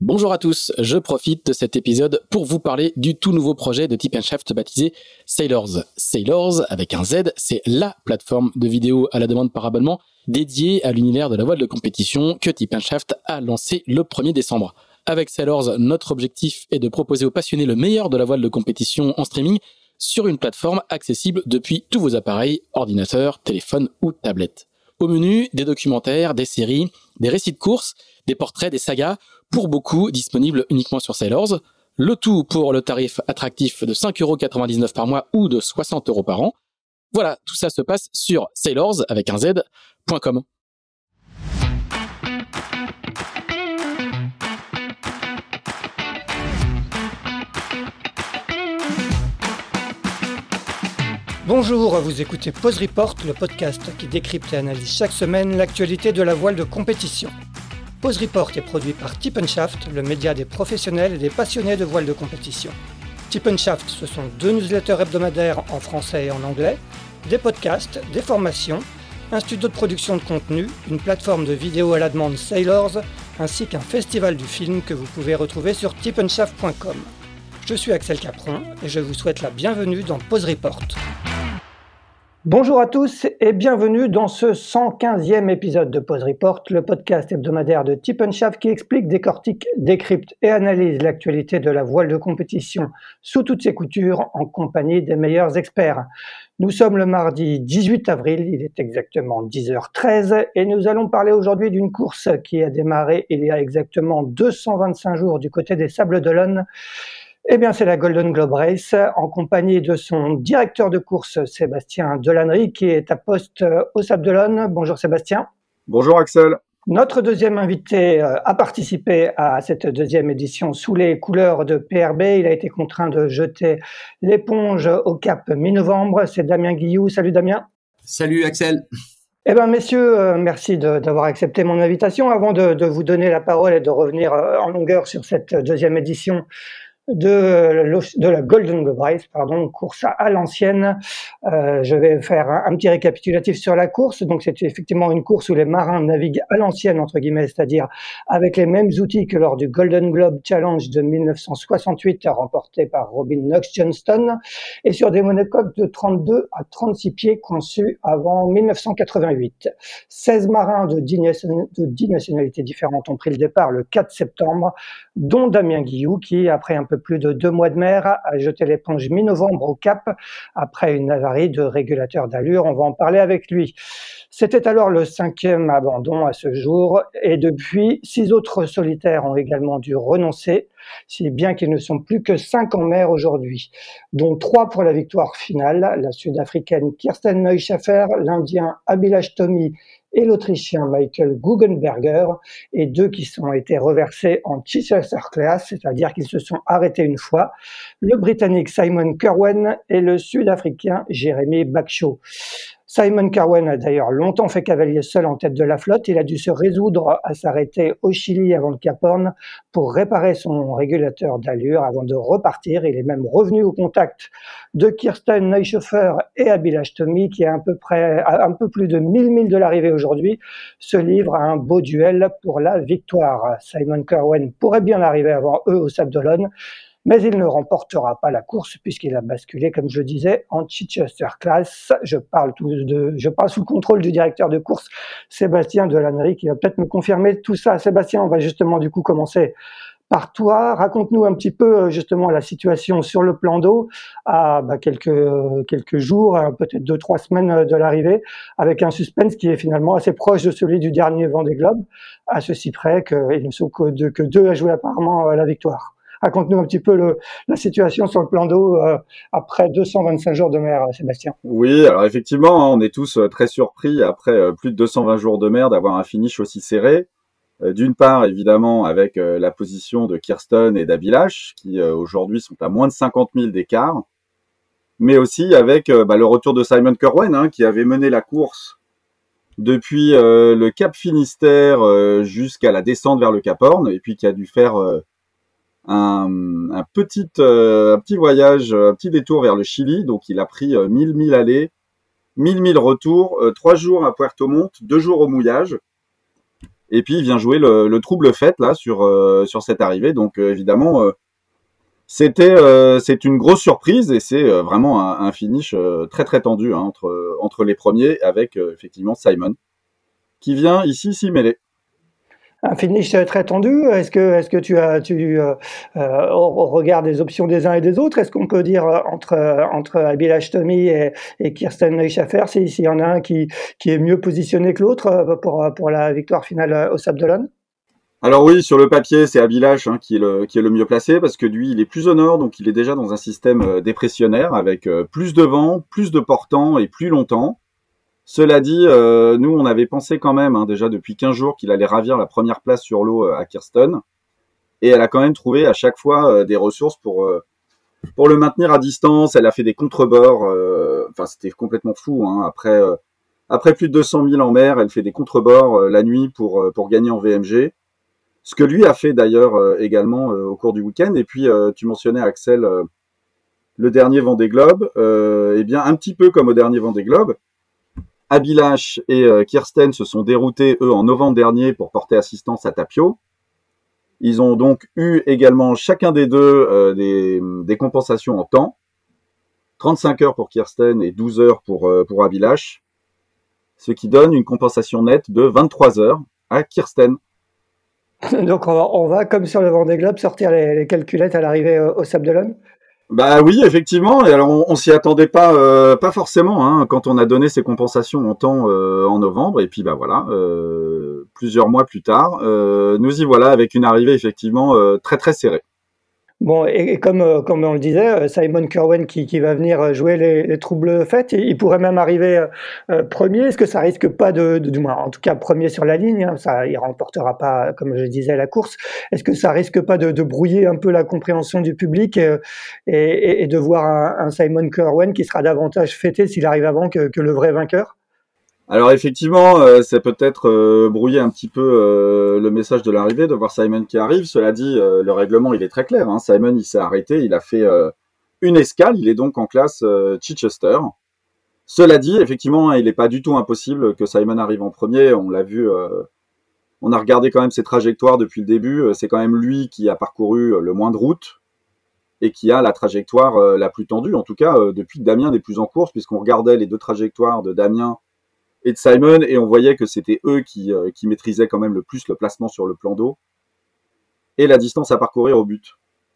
Bonjour à tous, je profite de cet épisode pour vous parler du tout nouveau projet de Tip & Shaft baptisé Sailors. Sailors, avec un Z, c'est LA plateforme de vidéo à la demande par abonnement dédiée à l'univers de la voile de compétition que Tip & Shaft a lancé le 1er décembre. Avec Sailors, notre objectif est de proposer aux passionnés le meilleur de la voile de compétition en streaming sur une plateforme accessible depuis tous vos appareils, ordinateurs, téléphones ou tablettes. Au menu, des documentaires, des séries, des récits de courses, des portraits, des sagas, pour beaucoup disponibles uniquement sur Sailors. Le tout pour le tarif attractif de 5,99€ par mois ou de 60€ par an. Voilà, tout ça se passe sur sailors, avec un Z.com. Bonjour, vous écoutez Pause Report, le podcast qui décrypte et analyse chaque semaine l'actualité de la voile de compétition. Pause Report est produit par Tip & Shaft, le média des professionnels et des passionnés de voile de compétition. Tip & Shaft, ce sont 2 newsletters hebdomadaires en français et en anglais, des podcasts, des formations, un studio de production de contenu, une plateforme de vidéo à la demande Sailors, ainsi qu'un festival du film que vous pouvez retrouver sur tipandshaft.com. Je suis Axel Capron et je vous souhaite la bienvenue dans Pause Report. Bonjour à tous et bienvenue dans ce 115e épisode de Pause Report, le podcast hebdomadaire de Tip & Shaft qui explique, décortique, décrypte et analyse l'actualité de la voile de compétition sous toutes ses coutures en compagnie des meilleurs experts. Nous sommes le mardi 18 avril, il est exactement 10h13 et nous allons parler aujourd'hui d'une course qui a démarré il y a exactement 225 jours du côté des Sables d'Olonne. Eh bien, c'est la Golden Globe Race en compagnie de son directeur de course, Sébastien Delannery, qui est à poste au Sables d'Olonne. Bonjour Sébastien. Bonjour Axel. Notre deuxième invité a participé à cette deuxième édition sous les couleurs de PRB. Il a été contraint de jeter l'éponge au cap mi-novembre. C'est Damien Guillou. Salut Damien. Salut Axel. Eh bien, messieurs, merci d'avoir accepté mon invitation. Avant de vous donner la parole et de revenir en longueur sur cette deuxième édition de la Golden Globe Race, course à l'ancienne. Je vais faire un petit récapitulatif sur la course. Donc, c'est effectivement une course où les marins naviguent à l'ancienne, entre guillemets, c'est-à-dire avec les mêmes outils que lors du Golden Globe Challenge de 1968, remporté par Robin Knox-Johnston, et sur des monocoques de 32 à 36 pieds conçus avant 1988. 16 marins de 10 nationalités différentes ont pris le départ le 4 septembre, dont Damien Guillou, qui, après un peu plus de 2 mois de mer, a jeté l'éponge mi-novembre au cap après une avarie de régulateur d'allure. On va en parler avec lui. C'était alors le 5e abandon à ce jour et depuis, 6 autres solitaires ont également dû renoncer, si bien qu'ils ne sont plus que 5 en mer aujourd'hui, dont 3 pour la victoire finale, la Sud-Africaine Kirsten Neuschafer, l'Indien Abhilash Tomy et l'Autrichien Michael Guggenberger, et 2 qui ont été reversés en Chichester Class, c'est-à-dire qu'ils se sont arrêtés une fois, le Britannique Simon Kerwen et le Sud-Africain Jeremy Bagshaw. Simon Kerwen a d'ailleurs longtemps fait cavalier seul en tête de la flotte. Il a dû se résoudre à s'arrêter au Chili avant le Cap Horn pour réparer son régulateur d'allure avant de repartir. Il est même revenu au contact de Kirsten Neuschafer et Abhilash Tomy qui, à un peu plus de 1000 milles de l'arrivée aujourd'hui, se livre à un beau duel pour la victoire. Simon Kerwen pourrait bien arriver avant eux au Sables d'Olonne, mais il ne remportera pas la course puisqu'il a basculé, comme je le disais, en Chichester Class. Je parle sous le contrôle du directeur de course, Sébastien Delannery, qui va peut-être me confirmer tout ça. Sébastien, on va justement du coup commencer par toi. Raconte-nous un petit peu justement la situation sur le plan d'eau à quelques jours, peut-être 2-3 semaines de l'arrivée, avec un suspense qui est finalement assez proche de celui du dernier Vendée Globe, à ceci près qu'ils ne sont que 2 à jouer apparemment la victoire. Raconte-nous un petit peu la situation sur le plan d'eau après 225 jours de mer, Sébastien. Oui, alors effectivement, on est tous très surpris après plus de 220 jours de mer d'avoir un finish aussi serré. D'une part, évidemment, avec la position de Kirsten et d'Abhilash, qui aujourd'hui sont à moins de 50 000 d'écart, mais aussi avec le retour de Simon Kerwen, qui avait mené la course depuis le Cap Finistère jusqu'à la descente vers le Cap Horn, et puis qui a dû faire un petit voyage, un petit détour vers le Chili. Donc il a pris 1000 milles aller, 1000 milles retour, 3 jours à Puerto Montt, 2 jours au mouillage. Et puis il vient jouer le trouble fête là sur cette arrivée. Donc évidemment, c'est une grosse surprise et c'est vraiment un finish très très tendu, hein, entre les premiers avec effectivement Simon qui vient ici s'y mêler. Un finish très tendu. Est-ce que au regard des options des uns et des autres, est-ce qu'on peut dire entre Abilash Tomi et Kirsten Neuschafer, s'il y en a un qui est mieux positionné que l'autre pour la victoire finale au Sable d'Olonne? Alors oui, sur le papier, c'est Abilash qui est le mieux placé parce que lui, il est plus au nord, donc il est déjà dans un système dépressionnaire avec plus de vent, plus de portant et plus longtemps. Cela dit, nous, on avait pensé quand même, hein, déjà depuis 15 jours, qu'il allait ravir la première place sur l'eau à Kirsten. Et elle a quand même trouvé à chaque fois des ressources pour le maintenir à distance. Elle a fait des contrebords. Enfin, c'était complètement fou. Hein. Après plus de 200 000 en mer, elle fait des contrebords la nuit pour gagner en VMG. Ce que lui a fait d'ailleurs également au cours du week-end. Et puis, tu mentionnais, Axel, le dernier Vendée Globe. Eh bien, un petit peu comme au dernier Vendée Globe, Abilash et Kirsten se sont déroutés, eux, en novembre dernier pour porter assistance à Tapio. Ils ont donc eu également chacun des deux des compensations en temps. 35 heures pour Kirsten et 12 heures pour Abilash. Ce qui donne une compensation nette de 23 heures à Kirsten. Donc on va, comme sur le Vendée Globe, sortir les calculettes à l'arrivée au Sable d'Olonne. Bah oui, effectivement. Et alors on s'y attendait pas forcément hein, quand on a donné ces compensations en temps en novembre. Et puis bah voilà, plusieurs mois plus tard, nous y voilà avec une arrivée effectivement très très serrée. Bon, et comme on le disait, Simon Kerwen qui va venir jouer les troubles fêtes, il pourrait même arriver premier. Est-ce que ça risque pas du moins, en tout cas premier sur la ligne, hein, ça, il remportera pas, comme je disais, la course. Est-ce que ça risque pas de brouiller un peu la compréhension du public et de voir un Simon Kerwen qui sera davantage fêté s'il arrive avant que le vrai vainqueur? Alors effectivement, ça peut être brouiller un petit peu le message de l'arrivée, de voir Simon qui arrive. Cela dit, le règlement il est très clair. Hein. Simon il s'est arrêté, il a fait une escale, il est donc en classe Chichester. Cela dit, effectivement, hein, il n'est pas du tout impossible que Simon arrive en premier. On l'a vu, on a regardé quand même ses trajectoires depuis le début. C'est quand même lui qui a parcouru le moins de routes et qui a la trajectoire la plus tendue. En tout cas, depuis que Damien n'est plus en course, puisqu'on regardait les deux trajectoires de Damien et de Simon, et on voyait que c'était eux qui maîtrisaient quand même le plus le placement sur le plan d'eau et la distance à parcourir au but.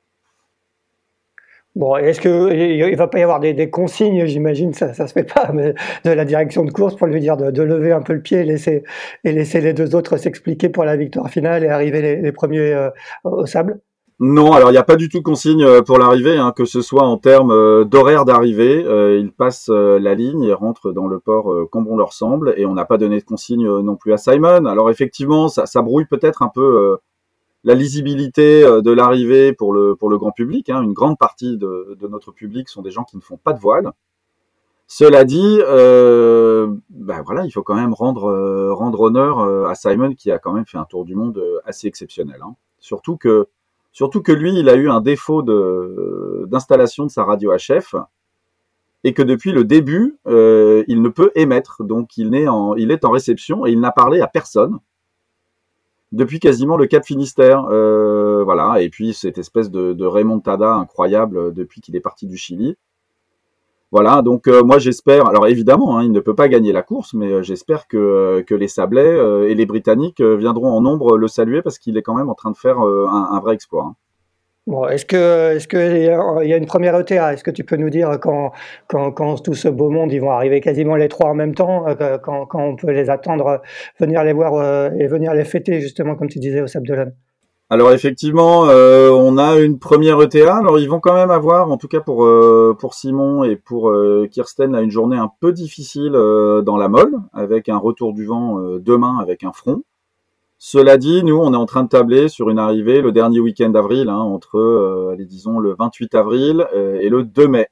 Bon, est-ce qu'il va pas y avoir des consignes, j'imagine, ça se fait pas, mais de la direction de course pour lui dire de lever un peu le pied et laisser les deux autres s'expliquer pour la victoire finale et arriver les premiers au sable? Non, alors il n'y a pas du tout de consigne pour l'arrivée, hein, que ce soit en termes d'horaire d'arrivée. Ils passent la ligne et rentrent dans le port comme bon leur semble, et on n'a pas donné de consigne non plus à Simon. Alors effectivement, ça brouille peut-être un peu la lisibilité de l'arrivée pour le grand public. Hein. Une grande partie de notre public sont des gens qui ne font pas de voile. Cela dit, bah voilà, il faut quand même rendre honneur à Simon qui a quand même fait un tour du monde assez exceptionnel. Hein. Surtout que lui, il a eu un défaut d'installation de sa radio HF et que depuis le début, il ne peut émettre. Donc il est en réception et il n'a parlé à personne depuis quasiment le Cap Finistère. Voilà. Et puis cette espèce de remontada incroyable depuis qu'il est parti du Chili. Voilà, donc moi j'espère, alors évidemment, hein, il ne peut pas gagner la course, mais j'espère que les Sablais et les Britanniques viendront en nombre le saluer parce qu'il est quand même en train de faire un vrai exploit. Hein. Bon, est-ce qu'il y a une première ETA? Est-ce que tu peux nous dire quand tout ce beau monde, ils vont arriver quasiment les trois en même temps, quand on peut les attendre, venir les voir et venir les fêter, justement, comme tu disais, au Sable d'Olonne? Alors effectivement, on a une première ETA. Alors ils vont quand même avoir, en tout cas pour Simon et pour Kirsten, là, une journée un peu difficile dans la Molle, avec un retour du vent demain avec un front. Cela dit, nous, on est en train de tabler sur une arrivée le dernier week-end d'avril, hein, entre, allez, disons, le 28 avril et le 2 mai.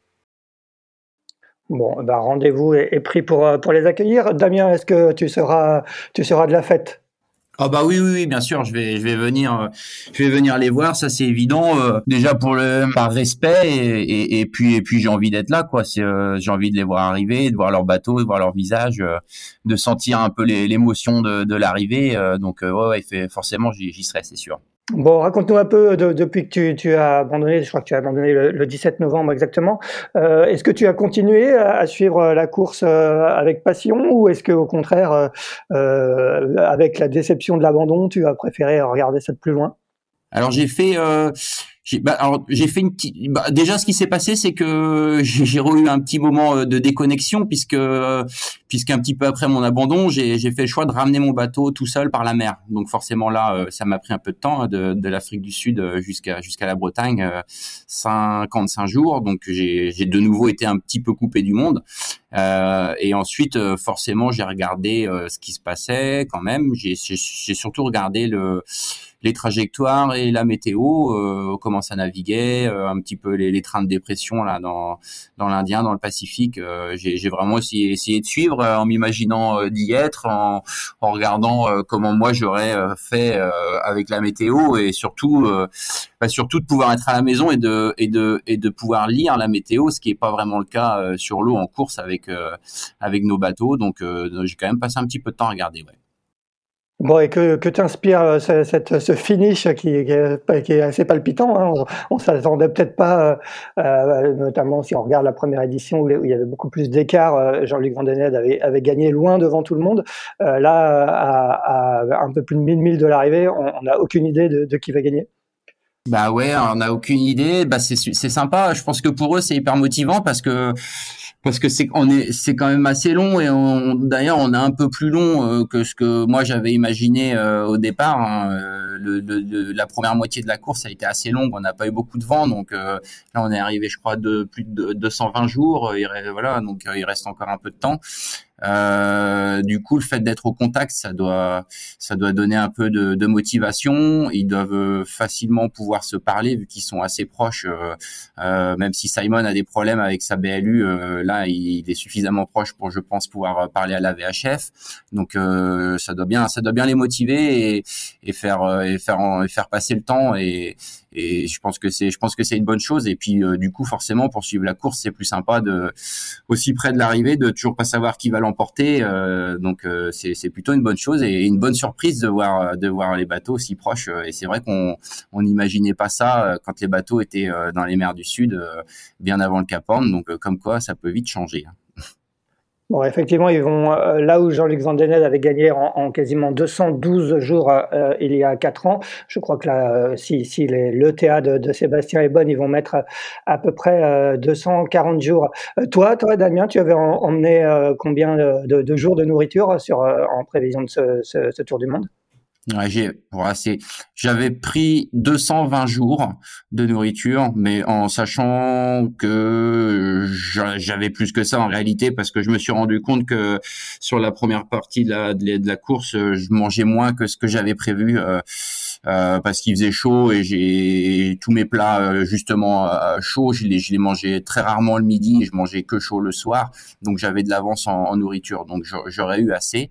Bon, bah, rendez-vous est pris pour les accueillir. Damien, est-ce que tu seras de la fête? Ah bah oui, oui, oui, bien sûr, je vais venir les voir, ça c'est évident. Déjà par respect et puis j'ai envie d'être là, quoi. J'ai envie de les voir arriver, de voir leur bateau, de voir leur visage, de sentir un peu l'émotion de l'arrivée. Donc ouais, ouais, forcément j'y serai, c'est sûr. Bon, raconte-nous un peu depuis que tu as abandonné, je crois que tu as abandonné le 17 novembre exactement. Est-ce que tu as continué à suivre la course avec passion ou est-ce que au contraire, avec la déception de l'abandon, tu as préféré regarder ça de plus loin? Alors j'ai fait une petite. Déjà, ce qui s'est passé, c'est que j'ai eu un petit moment de déconnexion puisqu'un petit peu après mon abandon, j'ai fait le choix de ramener mon bateau tout seul par la mer. Donc forcément là, ça m'a pris un peu de temps, hein, de l'Afrique du Sud jusqu'à la Bretagne, 55 jours. Donc j'ai de nouveau été un petit peu coupé du monde. Et ensuite, forcément, j'ai regardé ce qui se passait quand même. J'ai surtout regardé les trajectoires et la météo, comment ça naviguait, un petit peu les trains de dépression là dans l'Indien, dans le Pacifique. J'ai vraiment essayé de suivre en m'imaginant d'y être, en regardant comment moi j'aurais fait avec la météo et surtout de pouvoir être à la maison et de pouvoir lire la météo, ce qui est pas vraiment le cas sur l'eau en course avec nos bateaux. Donc j'ai quand même passé un petit peu de temps à regarder. Ouais. Bon et que t'inspire, ce finish qui est assez palpitant, hein? On s'attendait peut-être pas, notamment si on regarde la première édition où il y avait beaucoup plus d'écart, Jean-Luc Vandenesse avait gagné loin devant tout le monde. Là, à un peu plus de 1000 milles de l'arrivée, on n'a aucune idée de qui va gagner. Bah ouais, on n'a aucune idée. Bah c'est sympa. Je pense que pour eux c'est hyper motivant parce que c'est quand même assez long et d'ailleurs on est un peu plus long que ce que moi j'avais imaginé au départ. Hein. La première moitié de la course a été assez longue. On n'a pas eu beaucoup de vent, donc là on est arrivé je crois de plus de 220 jours. Voilà, donc il reste encore un peu de temps. Du coup, le fait d'être au contact, ça doit donner un peu de motivation. Ils doivent facilement pouvoir se parler vu qu'ils sont assez proches. Même si Simon a des problèmes avec sa BLU, là, il est suffisamment proche pour, je pense, pouvoir parler à la VHF. Donc, ça doit bien les motiver et faire passer le temps et je pense que c'est une bonne chose. Et puis, du coup, forcément, pour suivre la course, c'est plus sympa aussi près de l'arrivée, de toujours pas savoir qui va l'emporter. Donc c'est plutôt une bonne chose et une bonne surprise de voir les bateaux aussi proches. Et c'est vrai qu'on n'imaginait pas ça quand les bateaux étaient dans les mers du Sud, bien avant le Cap Horn. Donc comme quoi, ça peut vite changer. Bon, effectivement, ils vont là où Jean-Luc Vandenesse avait gagné en quasiment 212 jours il y a 4 ans. Je crois que là, si l'ETA de Sébastien est bonne, ils vont mettre à peu près 240 jours. Toi, Damien, tu avais emmené combien de jours de nourriture en prévision de ce tour du monde? Ouais, j'avais pris 220 jours de nourriture, mais en sachant que j'avais plus que ça en réalité, parce que je me suis rendu compte que sur la première partie de la course, je mangeais moins que ce que j'avais prévu, parce qu'il faisait chaud et j'ai tous mes plats justement chauds, je les mangeais très rarement le midi et je mangeais que chaud le soir, donc j'avais de l'avance en nourriture, donc j'aurais eu assez.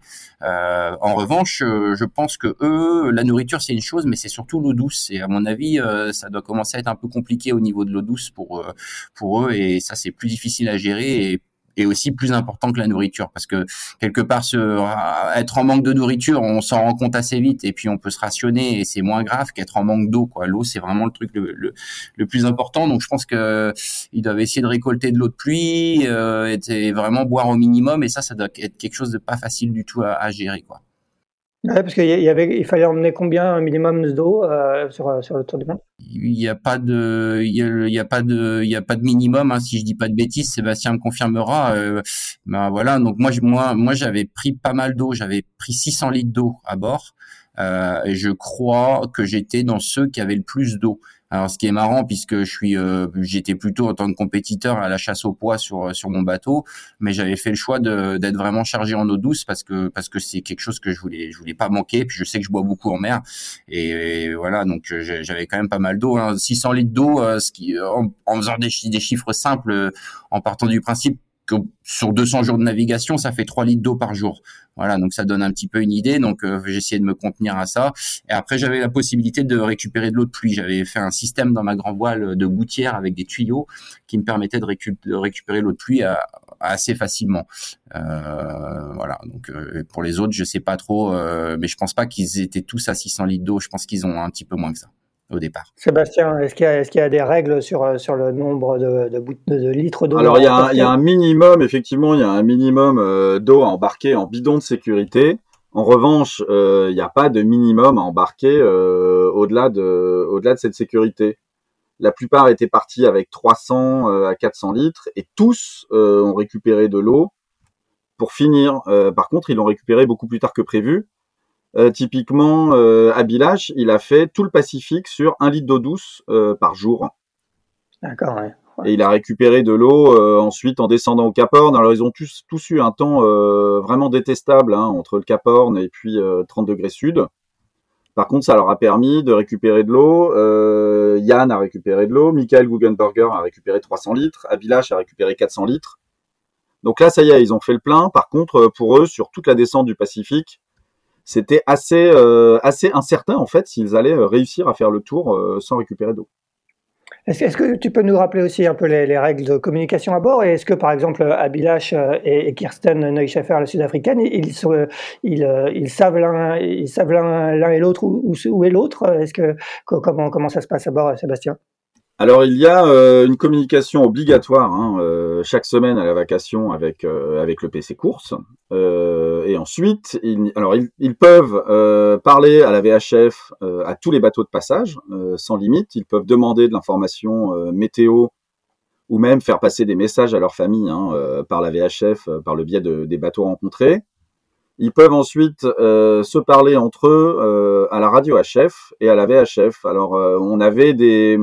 En revanche, je pense que eux, la nourriture c'est une chose, mais c'est surtout l'eau douce. Et à mon avis, ça doit commencer à être un peu compliqué au niveau de l'eau douce pour eux, et ça c'est plus difficile à gérer et aussi plus important que la nourriture, parce que quelque part être en manque de nourriture, on s'en rend compte assez vite et puis on peut se rationner et c'est moins grave qu'être en manque d'eau, quoi. L'eau c'est vraiment le truc le plus important, donc je pense que ils doivent essayer de récolter de l'eau de pluie et vraiment boire au minimum, et ça doit être quelque chose de pas facile du tout à gérer, quoi. Ouais, parce il fallait emmener combien un minimum d'eau sur le tour du monde? Il y a pas de minimum, hein, si je dis pas de bêtises, Sébastien me confirmera. Ben voilà, donc moi j'avais pris pas mal d'eau, j'avais pris 600 litres d'eau à bord, et je crois que j'étais dans ceux qui avaient le plus d'eau. Alors ce qui est marrant, puisque j'étais plutôt en tant que compétiteur à la chasse au poids sur mon bateau, mais j'avais fait le choix d'être vraiment chargé en eau douce parce que c'est quelque chose que je voulais pas manquer. Puis je sais que je bois beaucoup en mer et voilà, donc j'avais quand même pas mal d'eau, hein, 600 litres d'eau, ce qui en faisant des chiffres simples, en partant du principe sur 200 jours de navigation, ça fait 3 litres d'eau par jour. Voilà, donc ça donne un petit peu une idée. Donc j'ai essayé de me contenir à ça. Et après, j'avais la possibilité de récupérer de l'eau de pluie. J'avais fait un système dans ma grand voile de gouttière avec des tuyaux qui me permettaient de récupérer l'eau de pluie assez facilement. Voilà. Donc pour les autres, je sais pas trop, mais je pense pas qu'ils étaient tous à 600 litres d'eau. Je pense qu'ils ont un petit peu moins que ça au départ. Sébastien, est-ce qu'il y a des règles sur le nombre de litres d'eau? Alors, il y a un minimum, effectivement, il y a un minimum d'eau à embarquer en bidon de sécurité. En revanche, il n'y a pas de minimum à embarquer au-delà de cette sécurité. La plupart étaient partis avec 300 à 400 litres et tous ont récupéré de l'eau pour finir. Par contre, ils l'ont récupéré beaucoup plus tard que prévu. Typiquement, Abilash, il a fait tout le Pacifique sur 1 litre d'eau douce par jour. D'accord, ouais. Et il a récupéré de l'eau ensuite en descendant au Cap Horn. Alors, ils ont tous eu un temps vraiment détestable entre le Cap Horn et puis 30 degrés sud. Par contre, ça leur a permis de récupérer de l'eau. Yann a récupéré de l'eau. Michael Guggenberger a récupéré 300 litres. Abilash a récupéré 400 litres. Donc là, ça y est, ils ont fait le plein. Par contre, pour eux, sur toute la descente du Pacifique, c'était assez incertain en fait s'ils allaient réussir à faire le tour sans récupérer d'eau. Est-ce que tu peux nous rappeler aussi un peu les règles de communication à bord? Et est-ce que, par exemple, Abilash et Kirsten Neuschafer, la Sud-Africaine, ils savent l'un et l'autre où est l'autre? Comment ça se passe à bord, Sébastien? Alors il y a une communication obligatoire chaque semaine à la vacation avec le PC course. Et ensuite, ils peuvent parler à la VHF à tous les bateaux de passage sans limite. Ils peuvent demander de l'information météo ou même faire passer des messages à leur famille par la VHF, par le biais des bateaux rencontrés. Ils peuvent ensuite se parler entre eux à la radio HF et à la VHF. Alors on avait des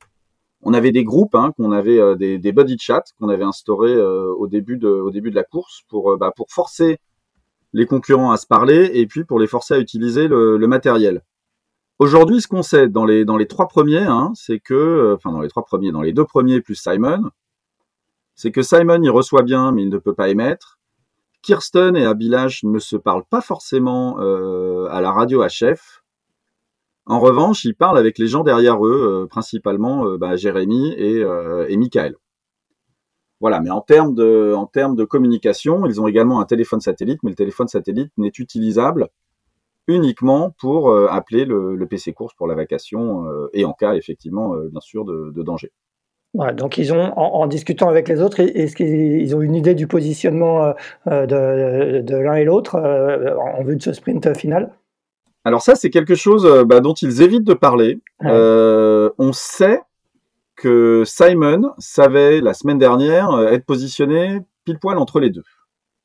groupes, qu'on avait des buddy chats qu'on avait instaurés au début de la course pour forcer les concurrents à se parler et puis pour les forcer à utiliser le matériel. Aujourd'hui, ce qu'on sait dans les 3 premiers, c'est que, dans les 2 premiers plus Simon, c'est que Simon il reçoit bien mais il ne peut pas émettre. Kirsten et Abilash ne se parlent pas forcément à la radio HF. En revanche, ils parlent avec les gens derrière eux, principalement Jérémy et Michael. Voilà, mais en termes de communication, ils ont également un téléphone satellite, mais le téléphone satellite n'est utilisable uniquement pour appeler le PC course pour la vacation et en cas, effectivement, bien sûr, de danger. Ouais, donc ils ont, en discutant avec les autres, est-ce qu'ils ont une idée du positionnement de l'un et l'autre en vue de ce sprint final? Alors ça, c'est quelque chose dont ils évitent de parler. Ouais. On sait que Simon savait la semaine dernière être positionné pile poil entre les deux.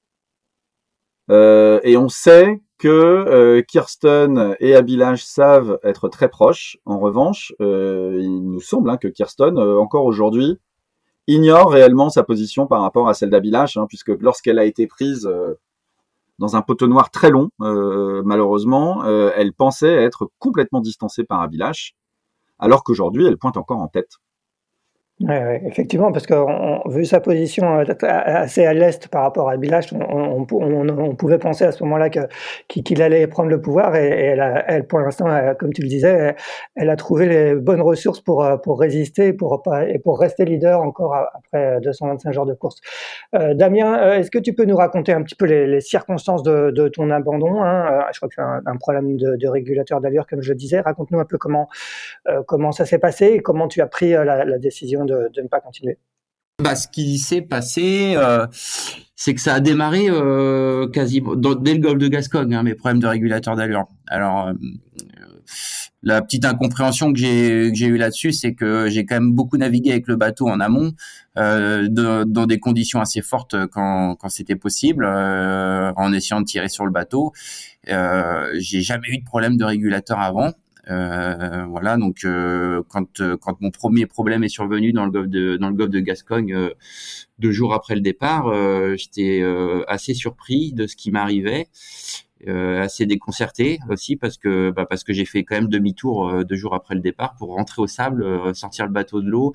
Et on sait que Kirsten et Abilash savent être très proches. En revanche, il nous semble que Kirsten, encore aujourd'hui, ignore réellement sa position par rapport à celle d'Abilash, puisque lorsqu'elle a été prise dans un poteau noir très long, malheureusement, elle pensait être complètement distancée par Abilash, alors qu'aujourd'hui, elle pointe encore en tête. Ouais, effectivement, parce que vu sa position assez à l'est par rapport à Abilash, on pouvait penser à ce moment-là qu'il allait prendre le pouvoir et elle, pour l'instant, comme tu le disais, elle a trouvé les bonnes ressources pour résister et pour rester leader encore après 225 jours de course. Damien, est-ce que tu peux nous raconter un petit peu les circonstances de ton abandon, je crois que c'est un problème de régulateur d'allure, comme je le disais. Raconte-nous un peu comment ça s'est passé et comment tu as pris la décision de ne pas continuer. Ce qui s'est passé, c'est que ça a démarré quasiment dès le golfe de Gascogne, mes problèmes de régulateur d'allure. Alors, la petite incompréhension que j'ai eu là-dessus, c'est que j'ai quand même beaucoup navigué avec le bateau en amont, dans des conditions assez fortes quand c'était possible, en essayant de tirer sur le bateau. J'ai jamais eu de problème de régulateur avant. Voilà, donc quand mon premier problème est survenu dans le golfe de Gascogne 2 jours après le départ, j'étais assez surpris de ce qui m'arrivait, assez déconcerté aussi parce que j'ai fait quand même demi-tour 2 jours après le départ pour rentrer au sable, sortir le bateau de l'eau,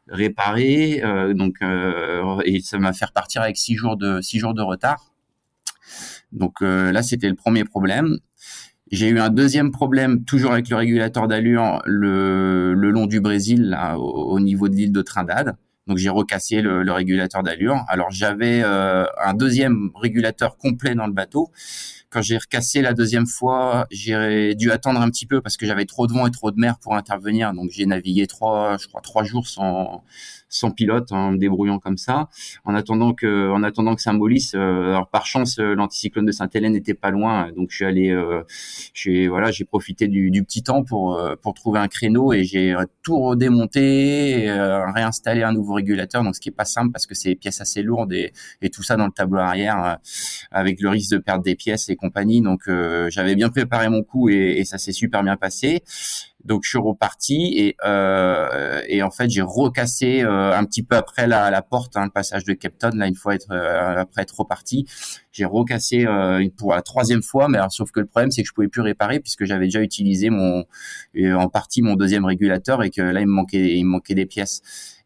réparer. Et ça m'a fait repartir avec 6 jours de retard. Donc là, c'était le premier problème. J'ai eu un deuxième problème, toujours avec le régulateur d'allure, le long du Brésil, là, au niveau de l'île de Trindade. Donc j'ai recassé le régulateur d'allure. Alors j'avais un deuxième régulateur complet dans le bateau. Quand j'ai recassé la deuxième fois, j'ai dû attendre un petit peu parce que j'avais trop de vent et trop de mer pour intervenir. Donc j'ai navigué 3 jours sans pilote, en me débrouillant comme ça, en attendant que ça mollisse. Alors par chance, l'anticyclone de Sainte-Hélène n'était pas loin, donc j'ai profité du petit temps pour trouver un créneau, et j'ai tout redémonté, réinstallé un nouveau régulateur. Donc ce qui est pas simple parce que c'est des pièces assez lourdes et tout ça dans le tableau arrière, avec le risque de perdre des pièces et compagnie. Donc j'avais bien préparé mon coup et ça s'est super bien passé. Donc je suis reparti et en fait j'ai recassé un petit peu après la porte, le passage de Cape Town. Là, une fois après être reparti, j'ai recassé pour la troisième fois. Mais alors, sauf que le problème, c'est que je pouvais plus réparer puisque j'avais déjà utilisé en partie mon deuxième régulateur, et que là il me manquait des pièces.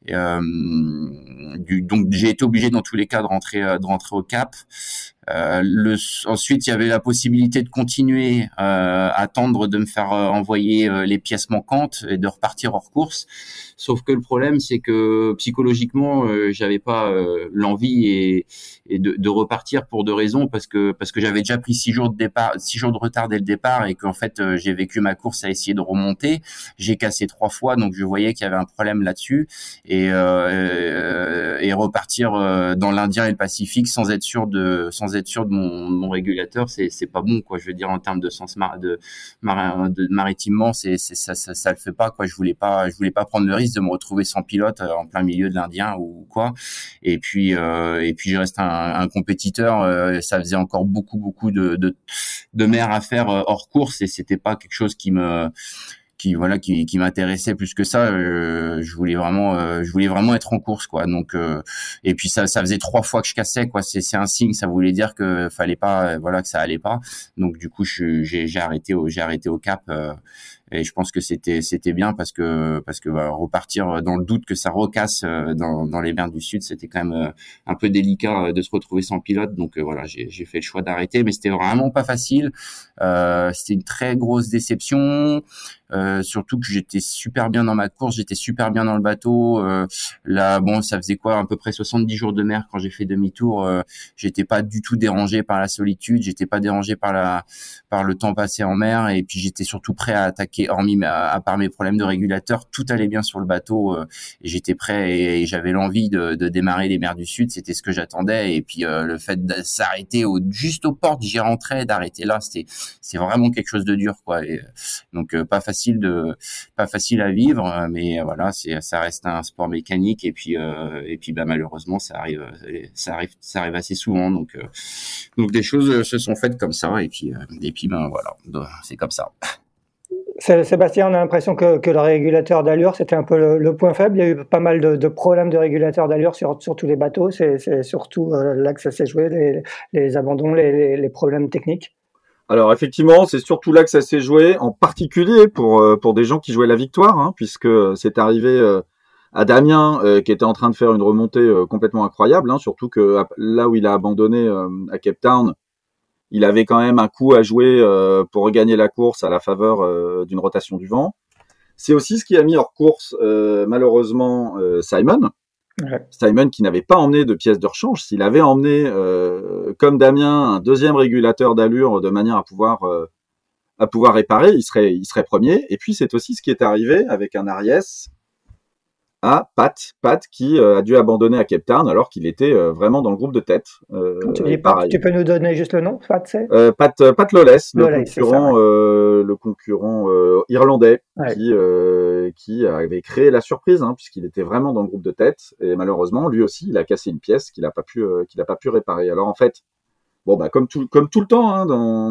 Donc j'ai été obligé dans tous les cas de rentrer au Cap. Ensuite, il y avait la possibilité de continuer, attendre de me faire envoyer les pièces manquantes et de repartir hors course. Sauf que le problème, c'est que psychologiquement, j'avais pas l'envie et de repartir pour deux raisons, parce que j'avais déjà pris 6 jours de retard dès le départ, et qu'en fait j'ai vécu ma course à essayer de remonter. J'ai cassé 3 fois, donc je voyais qu'il y avait un problème là-dessus, et repartir dans l'Indien et le Pacifique sans être sûr de mon régulateur, c'est pas bon, quoi. Je veux dire, en termes de sens maritimement, ça le fait pas, quoi. Je voulais pas prendre le risque de me retrouver sans pilote en plein milieu de l'Indien ou quoi. Et puis je reste un compétiteur. Ça faisait encore beaucoup de mer à faire hors course, et c'était pas quelque chose qui m'intéressait plus que ça. Je voulais vraiment être en course, quoi. Donc et puis ça faisait 3 fois que je cassais, quoi. C'est un signe, ça voulait dire que fallait pas, que ça allait pas. Donc du coup j'ai arrêté au Cap. Et je pense que c'était bien parce que repartir dans le doute que ça recasse dans les mers du Sud, c'était quand même un peu délicat de se retrouver sans pilote. Donc voilà, j'ai fait le choix d'arrêter, mais c'était vraiment pas facile. C'était une très grosse déception. Surtout que j'étais super bien dans ma course, j'étais super bien dans le bateau. Là, bon, ça faisait quoi, à peu près 70 jours de mer quand j'ai fait demi-tour. J'étais pas du tout dérangé par la solitude, j'étais pas dérangé par le temps passé en mer, et puis j'étais surtout prêt à attaquer, hormis à part mes problèmes de régulateur, tout allait bien sur le bateau, et j'étais prêt, et j'avais l'envie de démarrer les mers du Sud, c'était ce que j'attendais. Et puis le fait de s'arrêter juste aux portes, j'y rentrais, d'arrêter là, c'est vraiment quelque chose de dur, quoi. Et, donc pas facile à vivre, mais voilà, ça reste un sport mécanique, et puis malheureusement ça arrive assez souvent. Donc des choses se sont faites comme ça, et puis voilà, c'est comme ça. Sébastien, on a l'impression que le régulateur d'allure, c'était un peu le point faible. Il y a eu pas mal de problèmes de régulateur d'allure sur tous les bateaux. C'est surtout là que ça s'est joué, les abandons, les problèmes techniques. Alors effectivement, c'est surtout là que ça s'est joué, en particulier pour des gens qui jouaient la victoire, puisque c'est arrivé à Damien, qui était en train de faire une remontée complètement incroyable, surtout que là où il a abandonné à Cape Town, il avait quand même un coup à jouer pour regagner la course à la faveur d'une rotation du vent. C'est aussi ce qui a mis hors course malheureusement Simon. Ouais. Simon qui n'avait pas emmené de pièces de rechange. S'il avait emmené, comme Damien, un deuxième régulateur d'allure de manière à pouvoir réparer, il serait premier. Et puis c'est aussi ce qui est arrivé avec un Aries à Pat qui a dû abandonner à Cape Town alors qu'il était vraiment dans le groupe de tête. Tu peux nous donner juste le nom, Pat, c'est Pat Lawless, le concurrent irlandais, ouais, qui avait créé la surprise, puisqu'il était vraiment dans le groupe de tête, et malheureusement lui aussi il a cassé une pièce qu'il n'a pas pu réparer. Alors en fait, bon comme tout le temps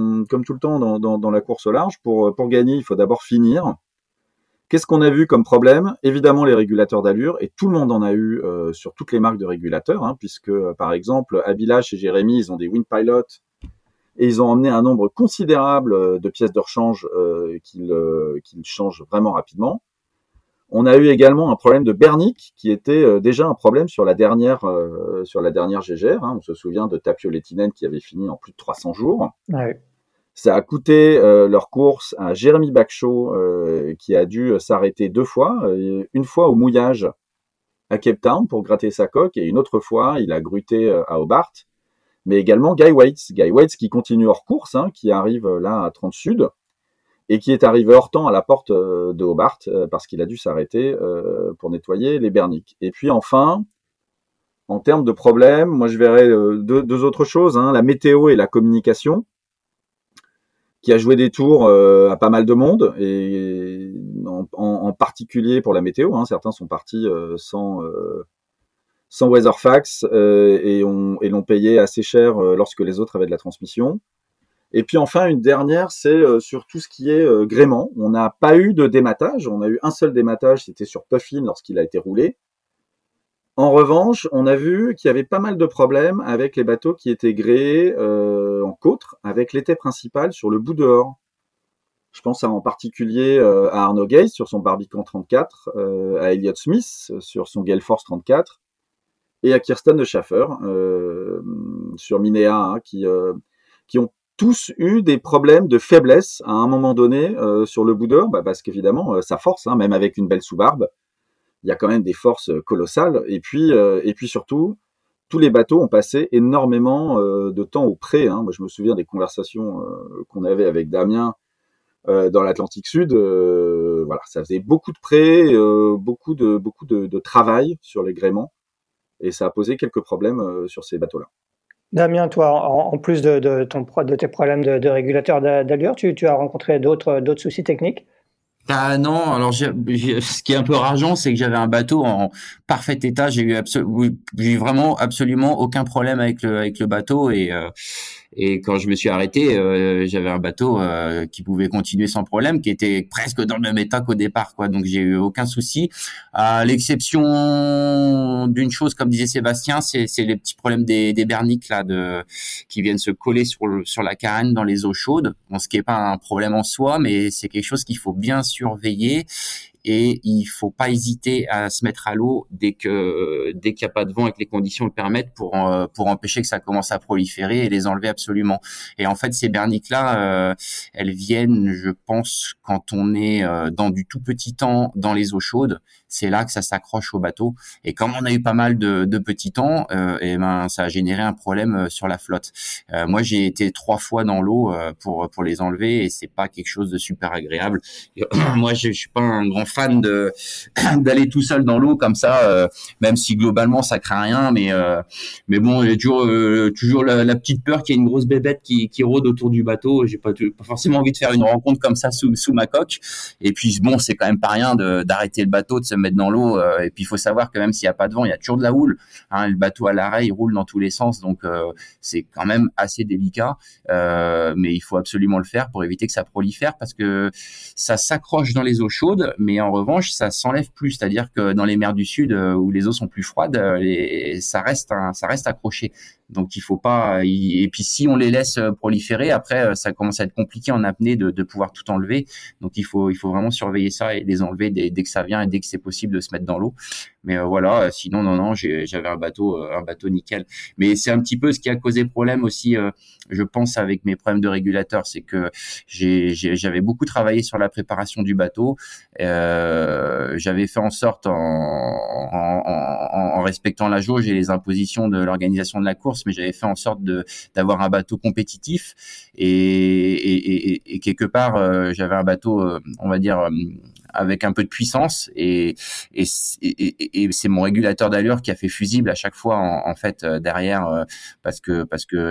dans la course au large, pour gagner il faut d'abord finir. Qu'est-ce qu'on a vu comme problème ? Évidemment, les régulateurs d'allure, et tout le monde en a eu sur toutes les marques de régulateurs, puisque, par exemple, Abilash et Jérémy, ils ont des Wind Pilot, et ils ont emmené un nombre considérable de pièces de rechange qu'ils changent vraiment rapidement. On a eu également un problème de bernique qui était déjà un problème sur la dernière GGR. Hein. On se souvient de Tapio Lehtinen qui avait fini en plus de 300 jours. Ouais. Ça a coûté leur course à Jérémy Bacchot qui a dû s'arrêter 2 fois. Une fois au mouillage à Cape Town pour gratter sa coque et une autre fois il a gruté à Hobart. Mais également Guy Waits qui continue hors course, hein, qui arrive là à 30 Sud et qui est arrivé hors temps à la porte de Hobart parce qu'il a dû s'arrêter pour nettoyer les berniques. Et puis enfin, en termes de problèmes, moi je verrais deux autres choses, hein, la météo et la communication, qui a joué des tours à pas mal de monde, et en particulier pour la météo. Hein, certains sont partis sans Weatherfax et l'ont payé assez cher lorsque les autres avaient de la transmission. Et puis enfin, une dernière, c'est sur tout ce qui est gréement. On n'a pas eu de dématage, on a eu un seul dématage, c'était sur Puffin lorsqu'il a été roulé. En revanche, on a vu qu'il y avait pas mal de problèmes avec les bateaux qui étaient gréés en côtre, avec l'étai principal sur le bout dehors. Je pense en particulier à Arnaud Gaze sur son Barbican 34, à Elliott Smith sur son Gale Force 34, et à Kirsten de Schaffer sur Minea, hein, qui ont tous eu des problèmes de faiblesse à un moment donné sur le bout dehors, parce qu'évidemment, ça force, hein, même avec une belle sous-barbe. Il y a quand même des forces colossales. Et puis surtout, tous les bateaux ont passé énormément de temps au pré. Hein. Moi, je me souviens des conversations qu'on avait avec Damien dans l'Atlantique Sud. Voilà, ça faisait beaucoup de pré, beaucoup de travail sur les gréements. Et ça a posé quelques problèmes sur ces bateaux-là. Damien, toi, en plus de tes problèmes de régulateur d'allure, tu as rencontré d'autres soucis techniques? Ah non, alors ce qui est un peu rageant, c'est que j'avais un bateau en parfait état. J'ai eu vraiment absolument aucun problème avec le bateau, et quand je me suis arrêté, j'avais un bateau qui pouvait continuer sans problème, qui était presque dans le même état qu'au départ, quoi. Donc j'ai eu aucun souci. À l'exception d'une chose, comme disait Sébastien, c'est les petits problèmes des berniques là qui viennent se coller sur la carène dans les eaux chaudes. Bon, ce qui est pas un problème en soi, mais c'est quelque chose qu'il faut bien surveiller. Et il faut pas hésiter à se mettre à l'eau dès qu'il y a pas de vent et que les conditions le permettent pour empêcher que ça commence à proliférer et les enlever absolument. Et en fait, ces berniques là, elles viennent, je pense, quand on est dans du tout petit temps dans les eaux chaudes. C'est là que ça s'accroche au bateau. Et comme on a eu pas mal de petits temps, et ben ça a généré un problème sur la flotte. Moi, j'ai été 3 fois dans l'eau pour les enlever, et c'est pas quelque chose de super agréable. Moi, je suis pas un grand fan d'aller tout seul dans l'eau comme ça, même si globalement ça craint rien, mais bon, il y a toujours la petite peur qu'il y ait une grosse bébête qui rôde autour du bateau. J'ai pas forcément envie de faire une rencontre comme ça sous ma coque. Et puis bon, c'est quand même pas rien d'arrêter le bateau, de se mettre dans l'eau, et puis il faut savoir que même s'il y a pas de vent, il y a toujours de la houle, hein. Le bateau à l'arrêt, il roule dans tous les sens, donc c'est quand même assez délicat, mais il faut absolument le faire pour éviter que ça prolifère, parce que ça s'accroche dans les eaux chaudes, mais en revanche, ça s'enlève plus. C'est-à-dire que dans les mers du Sud, où les eaux sont plus froides, ça reste accroché. Donc il faut pas. Et puis si on les laisse proliférer, après ça commence à être compliqué en apnée de pouvoir tout enlever. Donc il faut vraiment surveiller ça et les enlever dès que ça vient et dès que c'est possible de se mettre dans l'eau. Mais voilà, sinon non, j'avais un bateau nickel. Mais c'est un petit peu ce qui a causé problème aussi, je pense, avec mes problèmes de régulateur, c'est que j'avais beaucoup travaillé sur la préparation du bateau. J'avais fait en sorte, en respectant la jauge et les impositions de l'organisation de la course, mais j'avais fait en sorte d'avoir un bateau compétitif, et quelque part j'avais un bateau, on va dire, avec un peu de puissance, et c'est mon régulateur d'allure qui a fait fusible à chaque fois en fait derrière, parce que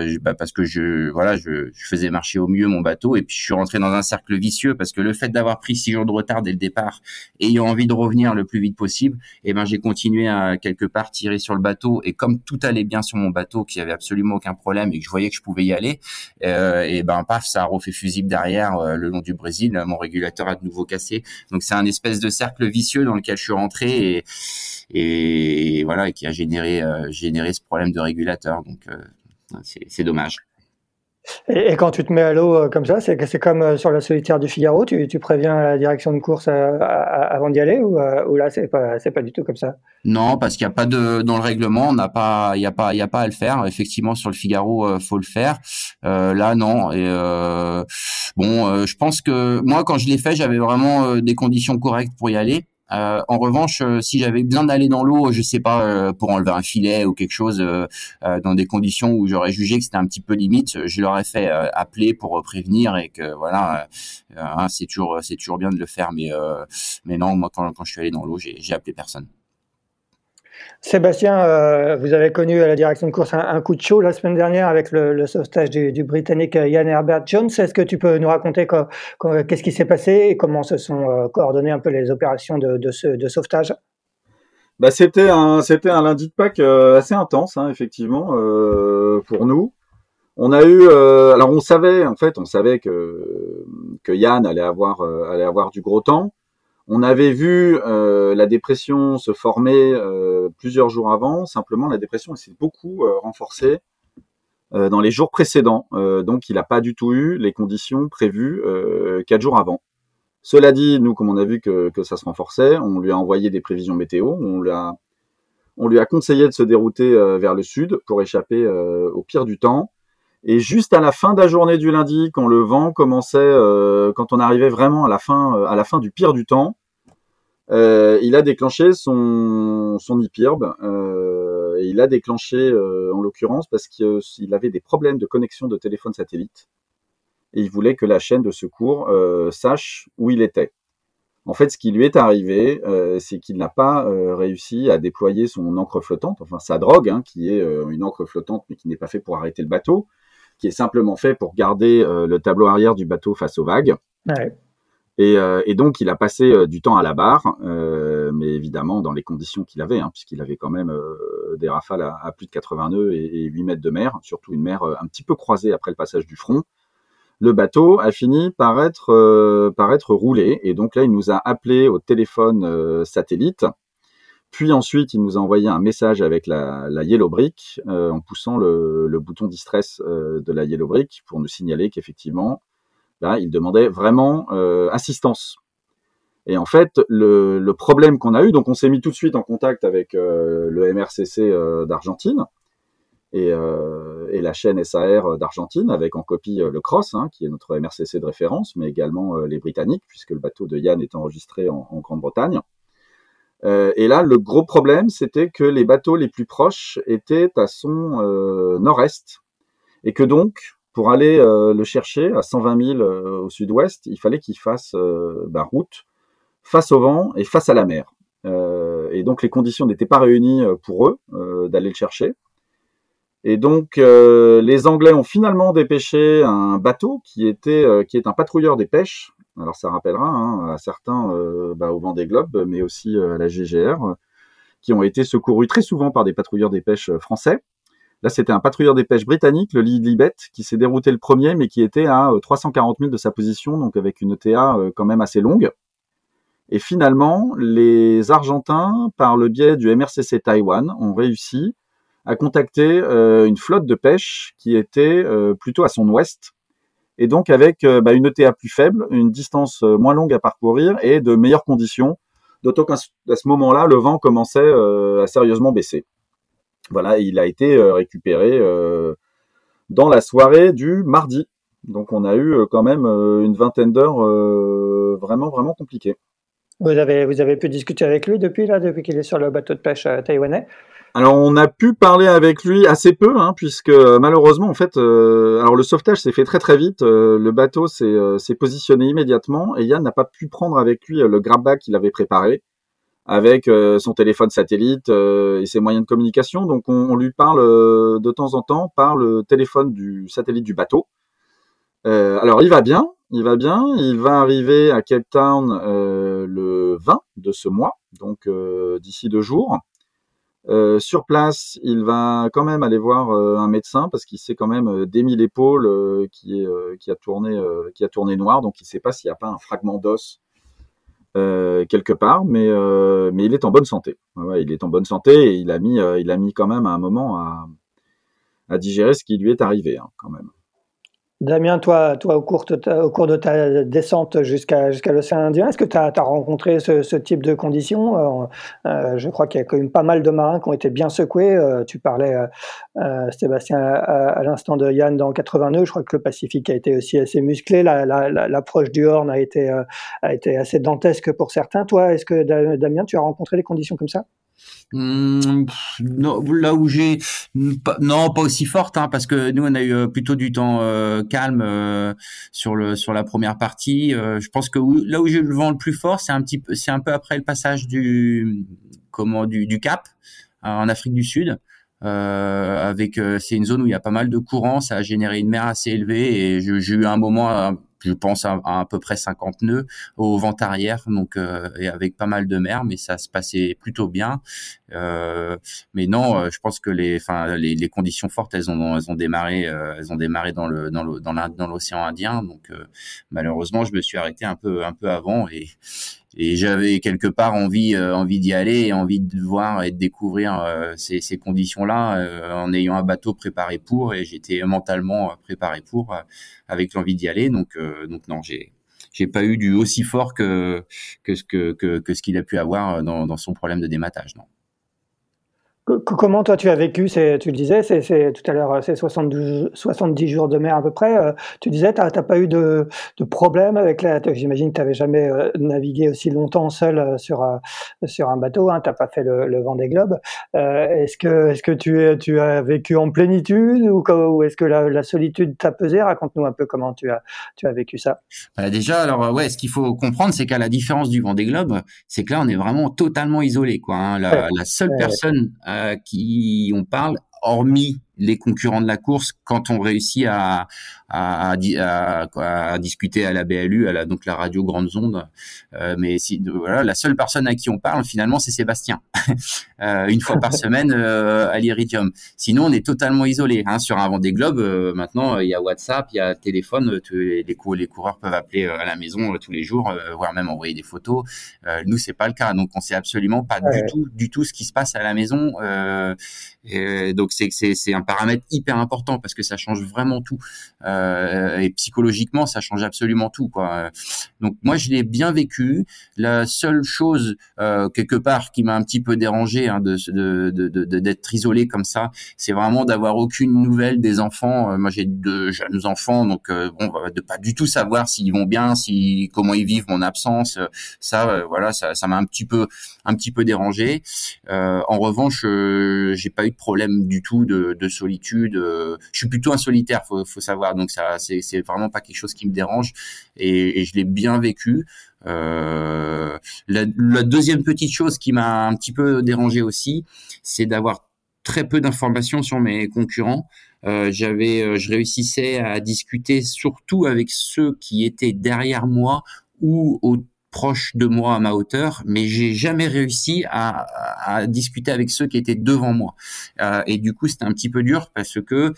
je faisais marcher au mieux mon bateau, et puis je suis rentré dans un cercle vicieux, parce que le fait d'avoir pris 6 jours de retard dès le départ, ayant envie de revenir le plus vite possible, et ben j'ai continué à quelque part tirer sur le bateau, et comme tout allait bien sur mon bateau, qu'il y avait absolument aucun problème et que je voyais que je pouvais y aller, et ben paf, ça a refait fusible derrière le long du Brésil, mon régulateur a de nouveau cassé. Donc c'est un espèce de cercle vicieux dans lequel je suis rentré, et voilà, et qui a généré ce problème de régulateur. Donc c'est dommage. Et quand tu te mets à l'eau comme ça, c'est comme sur la solitaire du Figaro, tu préviens la direction de course avant d'y aller ou là c'est pas du tout comme ça? Non, parce qu'il y a pas de dans le règlement, on n'a pas, il y a pas à le faire. Effectivement, sur le Figaro, faut le faire. Là, non. Et bon, je pense que moi, quand je l'ai fait, j'avais vraiment des conditions correctes pour y aller. En revanche, si j'avais besoin d'aller dans l'eau, je sais pas, pour enlever un filet ou quelque chose, dans des conditions où j'aurais jugé que c'était un petit peu limite, je l'aurais fait appeler pour prévenir et que voilà, hein, c'est toujours bien de le faire, mais non, moi quand je suis allé dans l'eau, j'ai appelé personne. Sébastien, vous avez connu à la direction de course un coup de chaud la semaine dernière avec le sauvetage du Britannique Ian Herbert-Jones. Est-ce que tu peux nous raconter qu'est-ce qui s'est passé et comment se sont coordonnées un peu les opérations de sauvetage? Bah, c'était un lundi de Pâques assez intense, hein, effectivement, pour nous. Alors on savait que Yann allait avoir du gros temps. On avait vu la dépression se former plusieurs jours avant. Simplement, la dépression s'est beaucoup renforcée dans les jours précédents. Donc, il n'a pas du tout eu les conditions prévues 4 jours avant. Cela dit, nous, comme on a vu que ça se renforçait, on lui a envoyé des prévisions météo. On lui a conseillé de se dérouter vers le sud pour échapper au pire du temps. Et juste à la fin de la journée du lundi, quand le vent commençait, quand on arrivait vraiment à la fin du pire du temps, il a déclenché son IPIRB. Et il a déclenché, en l'occurrence, parce qu'il avait des problèmes de connexion de téléphone satellite. Et il voulait que la chaîne de secours sache où il était. En fait, ce qui lui est arrivé, c'est qu'il n'a pas réussi à déployer son encre flottante, enfin sa drogue, hein, qui est une encre flottante, mais qui n'est pas fait pour arrêter le bateau, qui est simplement fait pour garder le tableau arrière du bateau face aux vagues. Ouais. Et donc, il a passé du temps à la barre, mais évidemment dans les conditions qu'il avait, hein, puisqu'il avait quand même des rafales à plus de 80 nœuds et 8 mètres de mer, surtout une mer un petit peu croisée après le passage du front. Le bateau a fini par être roulé, et donc là, il nous a appelé au téléphone satellite. Puis ensuite, il nous a envoyé un message avec la Yellow Brick en poussant le bouton distress de la Yellow Brick pour nous signaler qu'effectivement, là, il demandait vraiment assistance. Et en fait, le problème qu'on a eu, donc on s'est mis tout de suite en contact avec le MRCC d'Argentine et la chaîne SAR d'Argentine, avec en copie le CROSS, hein, qui est notre MRCC de référence, mais également les Britanniques, puisque le bateau de Yann est enregistré en Grande-Bretagne. Et là, le gros problème, c'était que les bateaux les plus proches étaient à son nord-est, et que donc, pour aller le chercher à 120 000 au sud-ouest, il fallait qu'il fasse route face au vent et face à la mer. Et donc, les conditions n'étaient pas réunies pour eux d'aller le chercher. Et donc, les Anglais ont finalement dépêché un bateau qui est un patrouilleur des pêches. Alors, ça rappellera à certains au Vendée Globe, mais aussi à la GGR, qui ont été secourus très souvent par des patrouilleurs des pêches français. Là, c'était un patrouilleur des pêches britannique, le Lilibet, qui s'est dérouté le premier, mais qui était à 340 000 de sa position, donc avec une ETA quand même assez longue. Et finalement, les Argentins, par le biais du MRCC Taïwan, ont réussi à contacter une flotte de pêche qui était plutôt à son ouest, et donc avec une ETA plus faible, une distance moins longue à parcourir et de meilleures conditions, d'autant qu'à ce moment-là, le vent commençait à sérieusement baisser. Voilà, il a été récupéré dans la soirée du mardi. Donc on a eu quand même une vingtaine d'heures vraiment, vraiment compliquées. Vous avez pu discuter avec lui depuis qu'il est sur le bateau de pêche taïwanais? Alors on a pu parler avec lui assez peu, hein, puisque malheureusement en fait, alors le sauvetage s'est fait très très vite. Le bateau s'est positionné immédiatement et Yann n'a pas pu prendre avec lui le grab-bag qu'il avait préparé, avec son téléphone satellite et ses moyens de communication. Donc on lui parle de temps en temps par le téléphone du satellite du bateau. Alors il va bien. Il va arriver à Cape Town le 20 de ce mois, donc d'ici 2 jours. Sur place, il va quand même aller voir un médecin parce qu'il s'est quand même démis l'épaule qui a tourné noir, donc il ne sait pas s'il n'y a pas un fragment d'os quelque part, mais il est en bonne santé. Ouais, il est en bonne santé et il a mis quand même un moment à digérer ce qui lui est arrivé, hein, quand même. Damien, toi, au cours de ta descente jusqu'à l'océan Indien, est-ce que tu as rencontré ce type de conditions? Je crois qu'il y a quand même pas mal de marins qui ont été bien secoués. Tu parlais, Sébastien, à l'instant de Yann dans 82. Je crois que le Pacifique a été aussi assez musclé. L'approche du Horn a été assez dantesque pour certains. Toi, est-ce que Damien, tu as rencontré des conditions comme ça? Non, là où non, pas aussi forte, hein, parce que nous on a eu plutôt du temps calme sur la première partie. Je pense que là où j'ai eu le vent le plus fort, c'est un peu après le passage du Cap en Afrique du Sud. C'est une zone où il y a pas mal de courants, ça a généré une mer assez élevée et j'ai eu un moment, je pense à peu près 50 nœuds au vent arrière, donc et avec pas mal de mer, mais ça se passait plutôt bien. Mais non, je pense que les conditions fortes, elles ont démarré dans l'océan Indien, donc malheureusement je me suis arrêté un peu avant et j'avais quelque part envie d'y aller et envie de voir et de découvrir ces conditions-là en ayant un bateau préparé pour, et j'étais mentalement préparé pour avec l'envie d'y aller. Donc non, j'ai pas eu du aussi fort que ce qu'il a pu avoir dans son problème de dématage, non. Comment toi tu as vécu tu le disais, c'est tout à l'heure, c'est 70 jours de mer à peu près. Tu disais, t'as pas eu de problème avec j'imagine que tu n'avais jamais navigué aussi longtemps seul sur un bateau, hein, t'as pas fait le Vendée Globe. Est-ce que tu as vécu en plénitude ou est-ce que la solitude t'a pesé? Raconte-nous un peu comment tu as vécu ça. Déjà, alors ouais, ce qu'il faut comprendre, c'est qu'à la différence du Vendée Globe, c'est que là on est vraiment totalement isolé, quoi, hein. La seule personne qui on parle, hormis les concurrents de la course, quand on réussit à discuter à la BLU, donc la radio grandes ondes, mais voilà, la seule personne à qui on parle finalement, c'est Sébastien, une fois par semaine à l'Iridium. Sinon, on est totalement isolé, hein. Sur un Vendée Globe, maintenant, il y a WhatsApp, il y a téléphone, les coureurs peuvent appeler à la maison tous les jours, voire même envoyer des photos. Nous, c'est pas le cas, donc on sait absolument pas du tout ce qui se passe à la maison. Et donc c'est un paramètre hyper important parce que ça change vraiment tout, et psychologiquement ça change absolument tout, quoi. Donc moi je l'ai bien vécu. La seule chose quelque part qui m'a un petit peu dérangé, hein, d'être isolé comme ça, c'est vraiment d'avoir aucune nouvelle des enfants. Moi j'ai 2 jeunes enfants, donc de pas du tout savoir s'ils vont bien, comment ils vivent mon absence. Voilà, ça m'a un petit peu dérangé. En revanche, j'ai pas eu de problème du tout de solitude. Je suis plutôt un solitaire, faut savoir. Donc ça, c'est vraiment pas quelque chose qui me dérange et je l'ai bien vécu. La deuxième petite chose qui m'a un petit peu dérangé aussi, c'est d'avoir très peu d'informations sur mes concurrents. Je réussissais à discuter surtout avec ceux qui étaient derrière moi ou proche de moi à ma hauteur, mais j'ai jamais réussi à discuter avec ceux qui étaient devant moi. Et du coup, c'était un petit peu dur parce que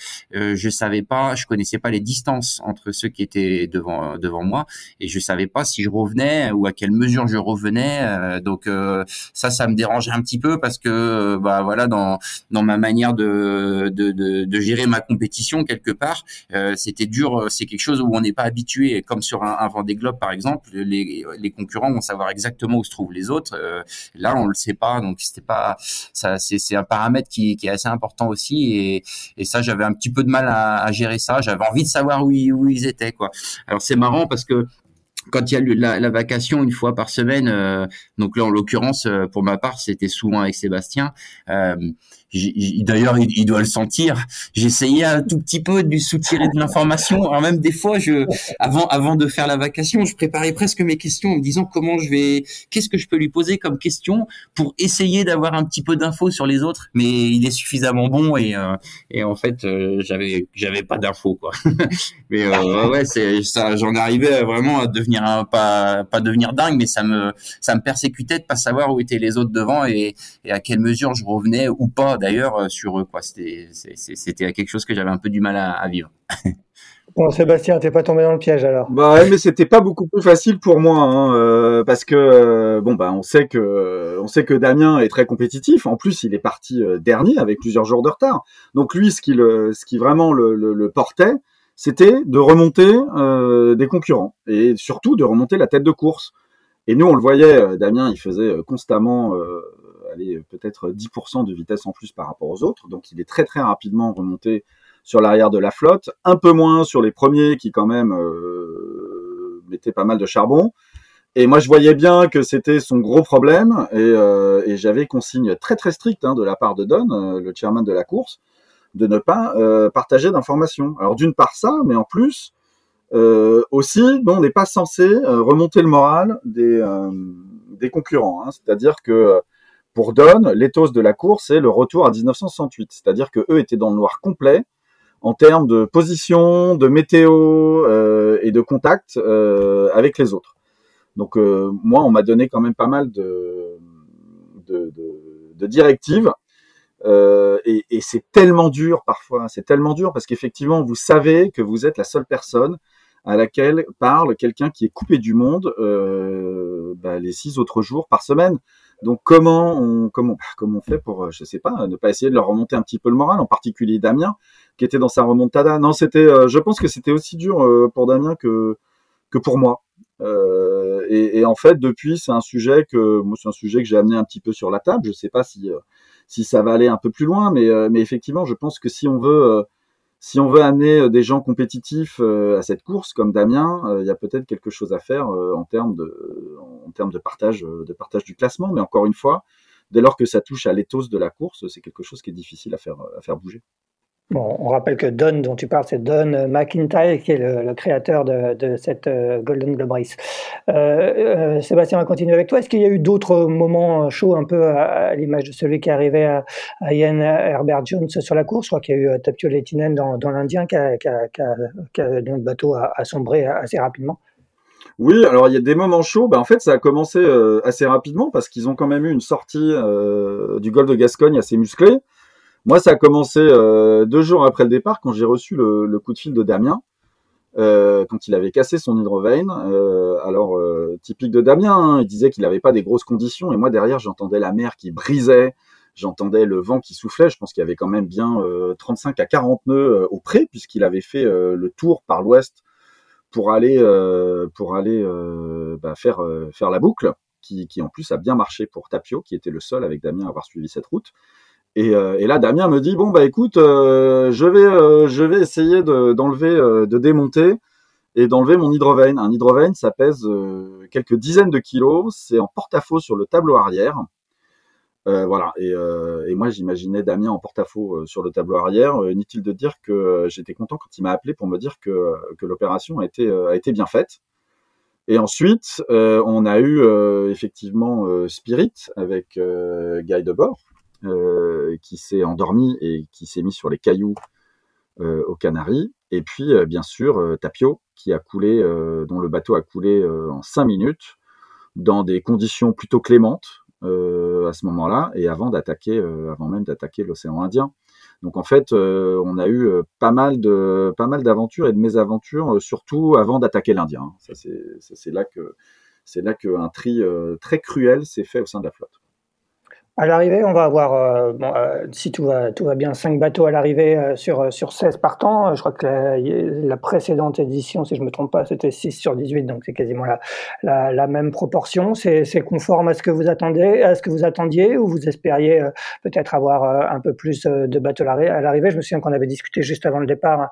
je connaissais pas les distances entre ceux qui étaient devant moi, et je savais pas si je revenais ou à quelle mesure je revenais. Donc ça me dérangeait un petit peu parce que voilà, dans ma manière de gérer ma compétition quelque part, c'était dur. C'est quelque chose où on n'est pas habitué, comme sur un Vendée Globe par exemple. Les concurrents vont savoir exactement où se trouvent les autres. Là, on le sait pas, donc c'était pas ça. C'est un paramètre qui est assez important aussi, et ça, j'avais un petit peu de mal à gérer ça. J'avais envie de savoir où ils étaient, quoi. Alors c'est marrant parce que quand il y a la vacation une fois par semaine, donc là en l'occurrence pour ma part c'était souvent avec Sébastien. D'ailleurs il doit le sentir. J'essayais un tout petit peu de lui soutirer de l'information. Alors même des fois avant de faire la vacation, je préparais presque mes questions en me disant qu'est-ce que je peux lui poser comme question pour essayer d'avoir un petit peu d'infos sur les autres. Mais il est suffisamment bon et en fait j'avais pas d'infos, quoi. Mais ouais, c'est ça. J'en arrivais vraiment à devenir pas devenir dingue, mais ça me persécutait de pas savoir où étaient les autres devant et à quelle mesure je revenais ou pas d'ailleurs sur eux, quoi. C'était quelque chose que j'avais un peu du mal à vivre. Bon, Sébastien, t'es pas tombé dans le piège alors? Bah ouais, mais c'était pas beaucoup plus facile pour moi, hein, parce que on sait que Damien est très compétitif. En plus, il est parti dernier avec plusieurs jours de retard. Donc lui, ce qui vraiment le portait, c'était de remonter des concurrents et surtout de remonter la tête de course. Et nous, on le voyait, Damien, il faisait constamment peut-être 10% de vitesse en plus par rapport aux autres. Donc, il est très, très rapidement remonté sur l'arrière de la flotte. Un peu moins sur les premiers qui, quand même, mettaient pas mal de charbon. Et moi, je voyais bien que c'était son gros problème. Et j'avais consigne très, très stricte de la part de Don, le chairman de la course, de ne pas partager d'informations. Alors, d'une part ça, mais en plus... aussi, on n'est pas censé remonter le moral des concurrents. C'est-à-dire que pour Don, l'éthos de la course, c'est le retour à 1968. C'est-à-dire que eux étaient dans le noir complet en termes de position, de météo et de contact avec les autres. Donc moi, on m'a donné quand même pas mal de directives. Et c'est tellement dur parfois, c'est tellement dur parce qu'effectivement, vous savez que vous êtes la seule personne à laquelle parle quelqu'un qui est coupé du monde les 6 autres jours par semaine. Donc comment on fait pour, je sais pas, ne pas essayer de leur remonter un petit peu le moral, en particulier Damien qui était dans sa remontada. Non, c'était, je pense que c'était aussi dur pour Damien que pour moi. Et en fait, depuis, c'est un sujet que j'ai amené un petit peu sur la table. Je sais pas si ça va aller un peu plus loin, mais effectivement, je pense que si on veut amener des gens compétitifs à cette course comme Damien, il y a peut-être quelque chose à faire en termes de partage du classement. Mais encore une fois, dès lors que ça touche à l'éthos de la course, c'est quelque chose qui est difficile à faire bouger. Bon, on rappelle que Don, dont tu parles, c'est Don McIntyre, qui est le créateur de cette Golden Globe Race. Sébastien, on va continuer avec toi. Est-ce qu'il y a eu d'autres moments chauds, un peu à l'image de celui qui est arrivé à Ian Herbert Jones sur la course? Je crois qu'il y a eu Tapio Lehtinen dans l'Indien, dont le bateau a sombré assez rapidement. Oui, alors il y a des moments chauds. En fait, ça a commencé assez rapidement parce qu'ils ont quand même eu une sortie du golfe de Gascogne assez musclée. Moi, ça a commencé 2 jours après le départ, quand j'ai reçu le coup de fil de Damien, quand il avait cassé son hydrovane. Alors, typique de Damien, il disait qu'il n'avait pas des grosses conditions, et moi, derrière, j'entendais la mer qui brisait, j'entendais le vent qui soufflait. Je pense qu'il y avait quand même bien 35 à 40 nœuds au près, puisqu'il avait fait le tour par l'ouest pour aller faire la boucle, qui en plus a bien marché pour Tapio, qui était le seul avec Damien à avoir suivi cette route. Et là, Damien me dit, écoute, je vais essayer de démonter et d'enlever mon hydrovane. Un hydrovane, ça pèse quelques dizaines de kilos, c'est en porte-à-faux sur le tableau arrière. Voilà. Et moi, j'imaginais Damien en porte-à-faux sur le tableau arrière. Inutile de dire que j'étais content quand il m'a appelé pour me dire que l'opération a été bien faite. Et ensuite, on a eu effectivement Spirit avec Guy Debord, qui s'est endormi et qui s'est mis sur les cailloux aux Canaries. Et puis, bien sûr, Tapio, qui a coulé, dont le bateau a coulé en 5 minutes, dans des conditions plutôt clémentes à ce moment-là, et avant même d'attaquer l'océan Indien. Donc en fait, on a eu pas mal d'aventures et de mésaventures, surtout avant d'attaquer l'Indien. Ça, c'est là que un tri très cruel s'est fait au sein de la flotte. À l'arrivée, on va avoir, si tout va bien, 5 bateaux à l'arrivée sur 16 partants. Je crois que la précédente édition, si je ne me trompe pas, c'était 6 sur 18, donc c'est quasiment la même proportion. C'est conforme à ce que vous attendiez, ou vous espériez peut-être avoir un peu plus de bateaux à l'arrivée? Je me souviens qu'on avait discuté juste avant le départ,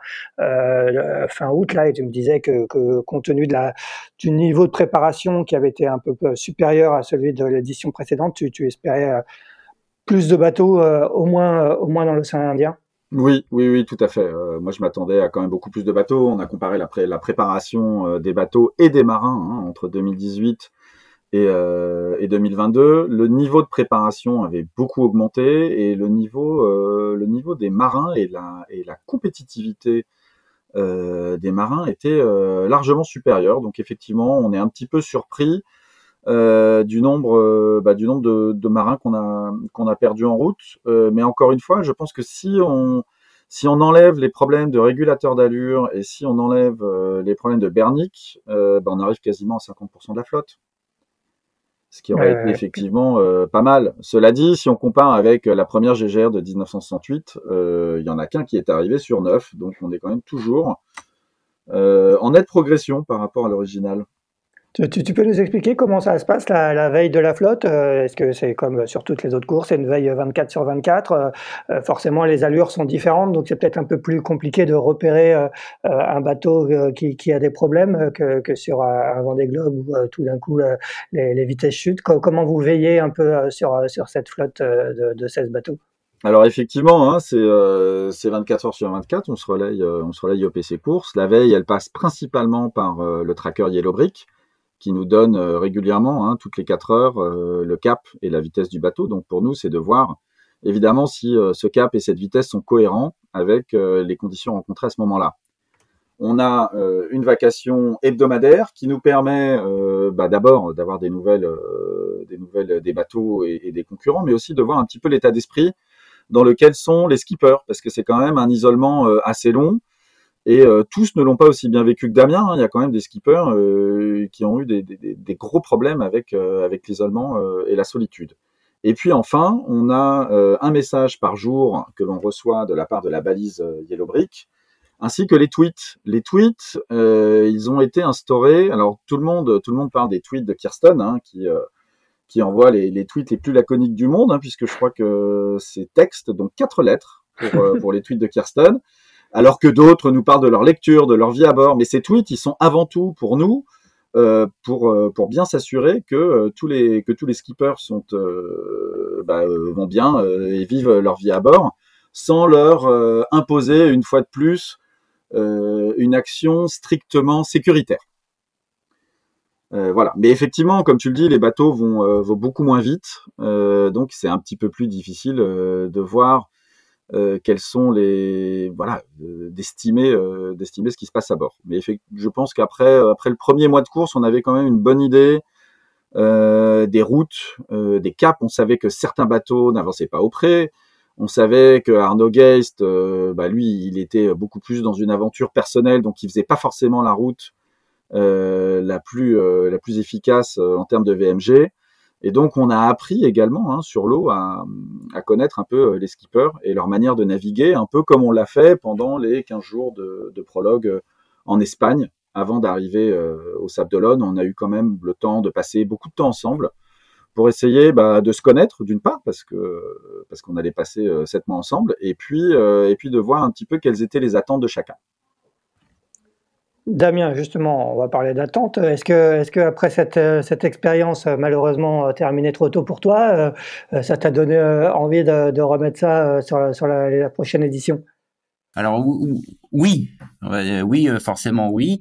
fin août, là, et tu me disais que compte tenu du niveau de préparation qui avait été un peu supérieur à celui de l'édition précédente, tu espérais plus de bateaux, au moins dans l'océan Indien? Oui, tout à fait. Moi, je m'attendais à quand même beaucoup plus de bateaux. On a comparé la préparation des bateaux et des marins entre 2018 et 2022. Le niveau de préparation avait beaucoup augmenté, et le niveau des marins et la compétitivité des marins était largement supérieur. Donc effectivement, on est un petit peu surpris du nombre de marins qu'on a perdu en route. Mais encore une fois, je pense que si on enlève les problèmes de régulateur d'allure et si on enlève les problèmes de bernique, on arrive quasiment à 50% de la flotte. Ce qui aurait été effectivement pas mal. Cela dit, si on compare avec la première GGR de 1968, il y en a qu'un qui est arrivé sur 9, donc on est quand même toujours en nette progression par rapport à l'original. Tu peux nous expliquer comment ça se passe la veille de la flotte? Est-ce que c'est comme sur toutes les autres courses, c'est une veille 24/24? Forcément les allures sont différentes, donc c'est peut-être un peu plus compliqué de repérer, un bateau, qui a des problèmes, que sur un Vendée Globe où, tout d'un coup, les vitesses chutent. Comment vous veillez un peu, sur cette flotte, de 16 bateaux? Alors effectivement, hein, c'est 24 heures sur 24, on se relaye au PC Course. La veille, elle passe principalement par le tracker Yellowbrick, qui nous donne régulièrement, hein, toutes les 4 heures, le cap et la vitesse du bateau. Donc pour nous, c'est de voir évidemment si ce cap et cette vitesse sont cohérents avec les conditions rencontrées à ce moment-là. On a une vacation hebdomadaire qui nous permet d'abord d'avoir des nouvelles des bateaux et des concurrents, mais aussi de voir un petit peu l'état d'esprit dans lequel sont les skippers, parce que c'est quand même un isolement assez long. Et tous ne l'ont pas aussi bien vécu que Damien, hein. Il y a quand même des skippers qui ont eu des gros problèmes avec l'isolement et la solitude. Et puis enfin, on a un message par jour que l'on reçoit de la part de la balise Yellowbrick, ainsi que les tweets. Les tweets, ils ont été instaurés. Alors tout le monde parle des tweets de Kirsten, hein, qui envoie les tweets les plus laconiques du monde, hein, puisque je crois que c'est texte, donc 4 lettres pour les tweets de Kirsten. Alors que d'autres nous parlent de leur lecture, de leur vie à bord. Mais ces tweets, ils sont avant tout pour nous, pour bien s'assurer que tous les skippers vont bien et vivent leur vie à bord, sans leur imposer une fois de plus une action strictement sécuritaire. Voilà. Mais effectivement, comme tu le dis, les bateaux vont beaucoup moins vite, donc c'est un petit peu plus difficile de voir quels sont d'estimer ce qui se passe à bord. Mais je pense qu'après le premier mois de course, on avait quand même une bonne idée des routes, des caps. On savait que certains bateaux n'avançaient pas au près. On savait que Arnaud Geist, lui, il était beaucoup plus dans une aventure personnelle, donc il faisait pas forcément la route la plus efficace en termes de VMG. Et donc, on a appris également, hein, sur l'eau à connaître un peu les skippers et leur manière de naviguer, un peu comme on l'a fait pendant les 15 jours de prologue en Espagne. Avant d'arriver au Sable d'Olonne, on a eu quand même le temps de passer beaucoup de temps ensemble pour essayer de se connaître, d'une part, parce qu'on allait passer 7 mois ensemble, et puis de voir un petit peu quelles étaient les attentes de chacun. Damien, justement, on va parler d'attente. Est-ce que après cette expérience malheureusement terminée trop tôt pour toi, ça t'a donné envie de remettre ça sur la prochaine édition? Alors oui, oui, forcément oui.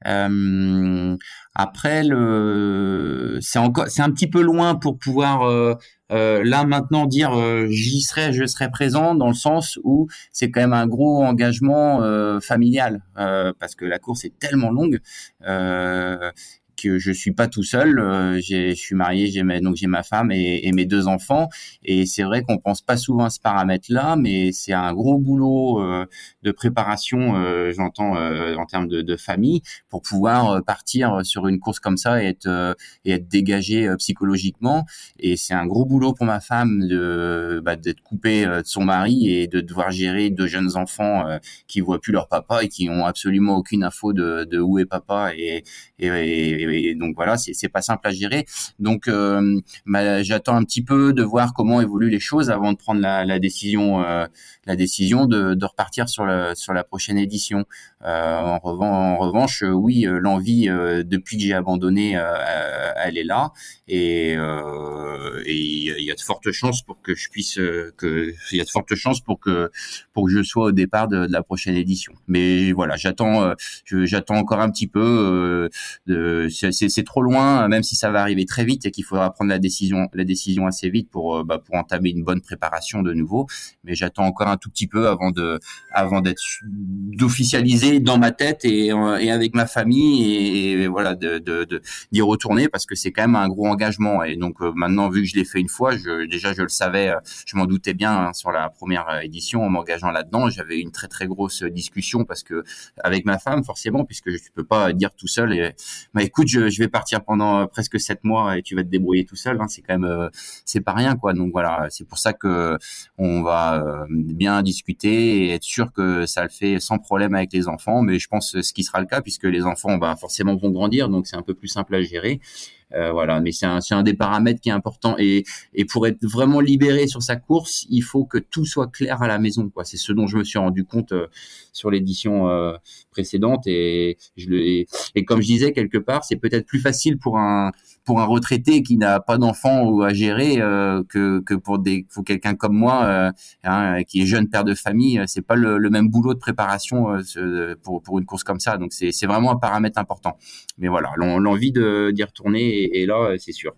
Après c'est un petit peu loin pour pouvoir là maintenant dire je serai présent, dans le sens où c'est quand même un gros engagement familial, parce que la course est tellement longue que je suis pas tout seul. Je suis marié, j'ai ma femme et mes 2 enfants, et c'est vrai qu'on pense pas souvent à ce paramètre-là, mais c'est un gros boulot de préparation, j'entends, en termes de famille, pour pouvoir partir sur une course comme ça et être dégagé psychologiquement. Et c'est un gros boulot pour ma femme d'être coupée de son mari et de devoir gérer 2 jeunes enfants qui voient plus leur papa et qui ont absolument aucune info de où est papa, et donc voilà, c'est pas simple à gérer. Donc j'attends un petit peu de voir comment évoluent les choses avant de prendre la décision de repartir sur la prochaine édition. En revanche, oui, l'envie depuis que j'ai abandonné, elle est là, et il y a de fortes chances pour que je puisse il y a de fortes chances pour que je sois au départ de la prochaine édition. Mais voilà, j'attends encore un petit peu. C'est trop loin, même si ça va arriver très vite et qu'il faudra prendre la décision assez vite pour entamer une bonne préparation de nouveau. Mais j'attends encore un tout petit peu avant d'officialiser dans ma tête et avec ma famille, et voilà, d'y retourner, parce que c'est quand même un gros engagement. Et donc maintenant, vu que je l'ai fait une fois, je le savais, je m'en doutais bien, hein, sur la première édition, en m'engageant là-dedans. J'avais une très très grosse discussion, parce que avec ma femme, forcément, puisque je peux pas dire tout seul, écoute, je vais partir pendant presque 7 mois et tu vas te débrouiller tout seul. Hein, c'est quand même, c'est pas rien, quoi. Donc voilà, c'est pour ça que on va bien discuter et être sûr que ça le fait sans problème avec les enfants. Mais je pense ce qui sera le cas puisque les enfants, forcément vont grandir, donc c'est un peu plus simple à gérer. Voilà, mais c'est un des paramètres qui est important et pour être vraiment libéré sur sa course, il faut que tout soit clair à la maison, quoi. C'est ce dont je me suis rendu compte sur l'édition précédente et comme je disais quelque part, c'est peut-être plus facile pour un retraité qui n'a pas d'enfant ou à gérer que pour quelqu'un comme moi qui est jeune père de famille. C'est pas le même boulot de préparation pour une course comme ça. Donc c'est vraiment un paramètre important. Mais voilà, l'envie d'y retourner est là, c'est sûr.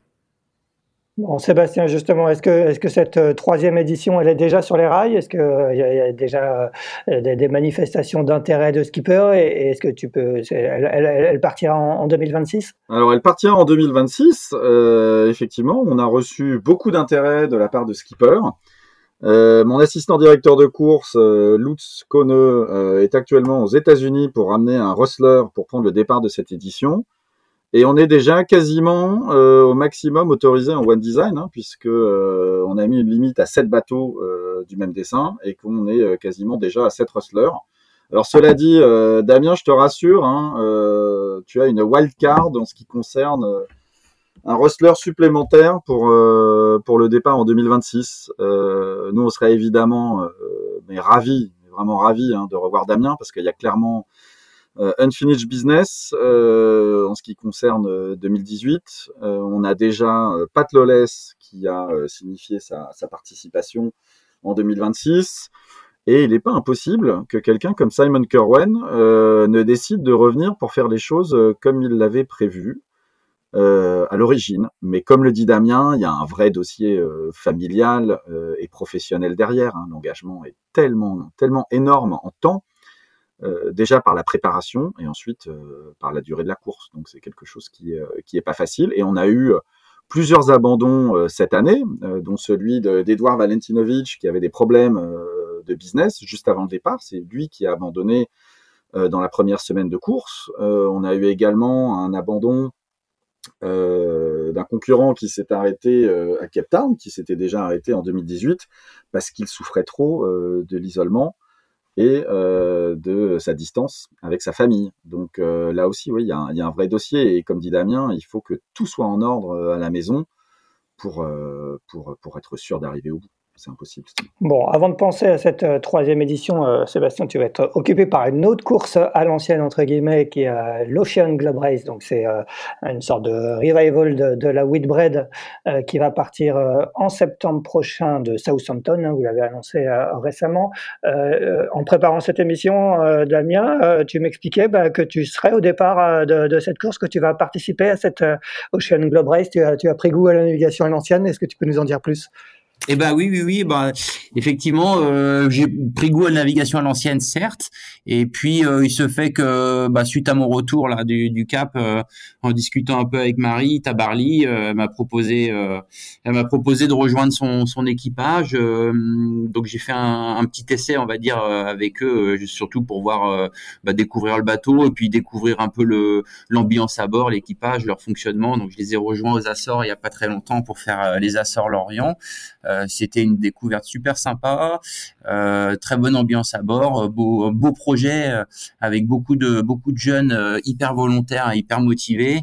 Bon, Sébastien, justement, est-ce que cette troisième édition, elle est déjà sur les rails? Est-ce qu'il y a déjà des manifestations d'intérêt de skippers et est-ce que elle partira en 2026? Alors, elle partira en 2026. Effectivement, on a reçu beaucoup d'intérêt de la part de skippers. Mon assistant directeur de course, Lutz Kone, est actuellement aux États-Unis pour ramener un rustler pour prendre le départ de cette édition. Et on est déjà quasiment au maximum autorisé en One Design, hein, puisque on a mis une limite à 7 bateaux du même dessin et qu'on est quasiment déjà à 7 rustlers. Alors cela dit, Damien, je te rassure, hein, tu as une wild card en ce qui concerne un rustler supplémentaire pour le départ en 2026. Nous, on serait évidemment ravis, vraiment ravis de revoir Damien parce qu'il y a clairement unfinished business en ce qui concerne 2018. On a déjà Pat Lawless qui a signifié sa participation en 2026. Et il n'est pas impossible que quelqu'un comme Simon Kerwen ne décide de revenir pour faire les choses comme il l'avait prévu à l'origine. Mais comme le dit Damien, il y a un vrai dossier familial et professionnel derrière. Hein. L'engagement est tellement énorme en temps. Déjà par la préparation et ensuite par la durée de la course. Donc c'est quelque chose qui est pas facile. Et on a eu plusieurs abandons cette année, dont celui d'Edouard Valentinovic qui avait des problèmes de business juste avant le départ. C'est lui qui a abandonné dans la première semaine de course. On a eu également un abandon d'un concurrent qui s'est arrêté à Cape Town, qui s'était déjà arrêté en 2018 parce qu'il souffrait trop de l'isolement et de sa distance avec sa famille. Donc là aussi, oui, il y a un vrai dossier. Et comme dit Damien, il faut que tout soit en ordre à la maison pour être sûr d'arriver au bout. C'est impossible. Bon, avant de penser à cette troisième édition, Sébastien, tu vas être occupé par une autre course à l'ancienne, entre guillemets, qui est l'Ocean Globe Race. Donc, c'est une sorte de revival de la Whitbread qui va partir en septembre prochain de Southampton. Hein, vous l'avez annoncé récemment. En préparant cette émission, Damien, tu m'expliquais que tu serais au départ de cette course, que tu vas participer à cette Ocean Globe Race. Tu as pris goût à la navigation à l'ancienne. Est-ce que tu peux nous en dire plus? Eh ben oui, effectivement, j'ai pris goût à la navigation à l'ancienne, certes, et puis il se fait que suite à mon retour là du Cap, en discutant un peu avec Marie Tabarly, elle m'a proposé de rejoindre son équipage, donc j'ai fait un petit essai, on va dire, avec eux, surtout pour voir découvrir le bateau et puis découvrir un peu l'ambiance à bord, l'équipage, leur fonctionnement. Donc je les ai rejoints aux Açores il y a pas très longtemps pour faire les Açores-Lorient. C'était une découverte super sympa, très bonne ambiance à bord, beau projet avec beaucoup de jeunes hyper volontaires, hyper motivés.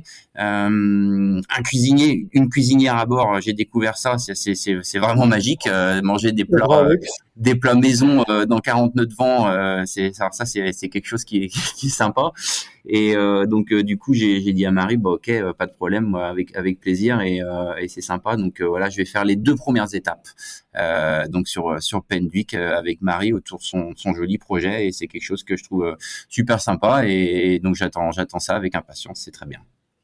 Une cuisinière à bord, j'ai découvert ça, c'est vraiment magique. Manger des plats maison dans 40 nœuds de vent, c'est quelque chose qui est sympa. Et donc du coup j'ai dit à Marie ok, pas de problème, moi, avec plaisir, et c'est sympa. Donc voilà, je vais faire les 2 premières étapes donc sur Pendwick avec Marie autour de son joli projet, et c'est quelque chose que je trouve super sympa, et donc j'attends ça avec impatience. C'est très bien.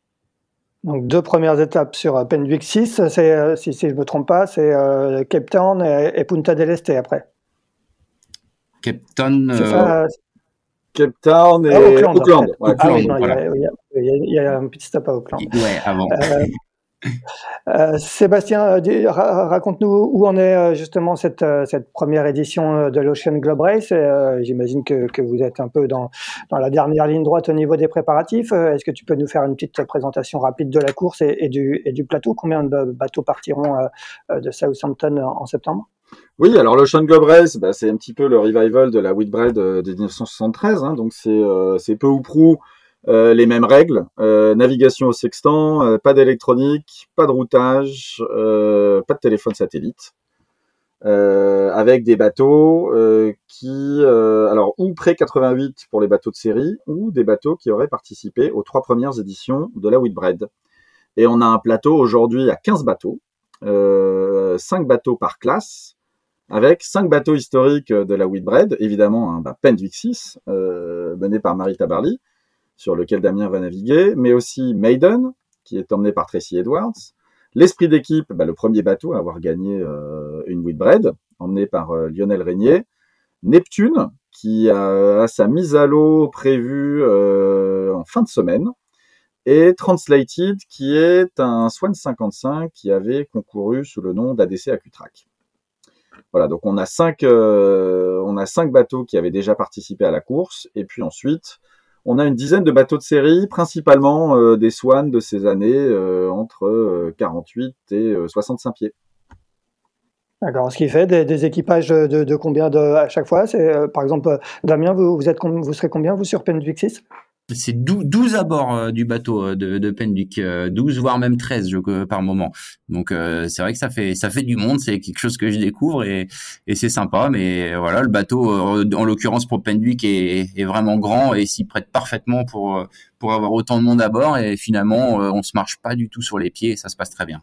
Donc 2 premières étapes sur Pendwick 6, c'est si je me trompe pas, c'est Cape Town et Punta del Este après. Cape Town. C'est ça, Cape Town et Auckland. Ouais, oui, non, voilà. Il y a un petit stop à Auckland. Ouais, avant. Sébastien, raconte-nous où en est justement cette première édition de l'Ocean Globe Race. J'imagine que vous êtes un peu dans la dernière ligne droite au niveau des préparatifs. Est-ce que tu peux nous faire une petite présentation rapide de la course et du plateau? Combien de bateaux partiront de Southampton en septembre? Oui, alors l'Ocean Globe Race, c'est un petit peu le revival de la Whitbread de 1973, hein, donc c'est peu ou prou les mêmes règles, navigation au sextant, pas d'électronique, pas de routage, pas de téléphone satellite, avec des bateaux qui, alors ou près 88 pour les bateaux de série, ou des bateaux qui auraient participé aux 3 premières éditions de la Whitbread. Et on a un plateau aujourd'hui à 15 bateaux, 5 bateaux par classe, avec 5 bateaux historiques de la Whitbread, évidemment Pendwick 6, mené par Mary Tabarly, sur lequel Damien va naviguer, mais aussi Maiden, qui est emmené par Tracy Edwards, l'Esprit d'équipe, le premier bateau à avoir gagné une Whitbread, emmené par Lionel Régnier, Neptune, qui a sa mise à l'eau prévue en fin de semaine, et Translated, qui est un Swan 55 qui avait concouru sous le nom d'ADC AccuTrack. Voilà, donc on a 5 bateaux qui avaient déjà participé à la course, et puis ensuite on a une dizaine de bateaux de série, principalement des Swan de ces années entre 48 et 65 pieds. D'accord. Ce qui fait des équipages de combien à chaque fois? C'est par exemple, Damien, vous serez combien vous sur Pendwick 6? C'est 12 à bord du bateau de Pendwick, 12 voire même 13 par moment. Donc c'est vrai que ça fait du monde, c'est quelque chose que je découvre et c'est sympa. Mais voilà, le bateau en l'occurrence pour Pendwick est vraiment grand et s'y prête parfaitement pour avoir autant de monde à bord. Et finalement, on se marche pas du tout sur les pieds et ça se passe très bien.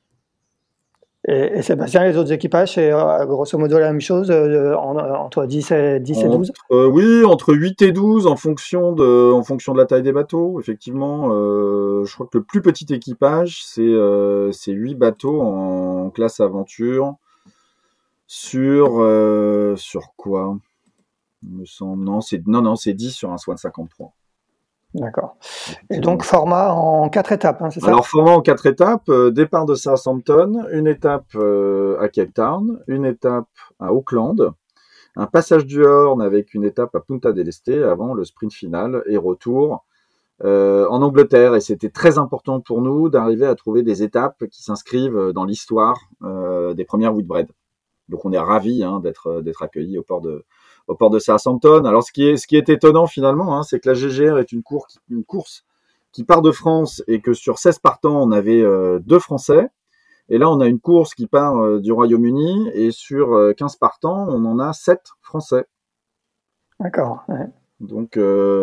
Et Sébastien, les autres équipages, c'est grosso modo la même chose, entre 10 et 12? Oui, entre 8 et 12 en fonction de la taille des bateaux. Effectivement, je crois que le plus petit équipage, c'est 8 bateaux en classe aventure sur quoi? Il me semble. Non, c'est 10 sur un Swan 53. D'accord. Et donc format en 4 étapes, hein, c'est ça? Alors format en 4 étapes, départ de Southampton, une étape à Cape Town, une étape à Auckland, un passage du Horn avec une étape à Punta del Este avant le sprint final et retour en Angleterre. Et c'était très important pour nous d'arriver à trouver des étapes qui s'inscrivent dans l'histoire des premières Whitbread. Donc on est ravis d'être accueillis au port de Southampton. Alors ce qui est étonnant finalement, c'est que la GGR est une course qui part de France et que sur 16 partants, on avait 2 Français. Et là, on a une course qui part du Royaume-Uni et sur 15 partants, on en a 7 Français. D'accord. Ouais. Donc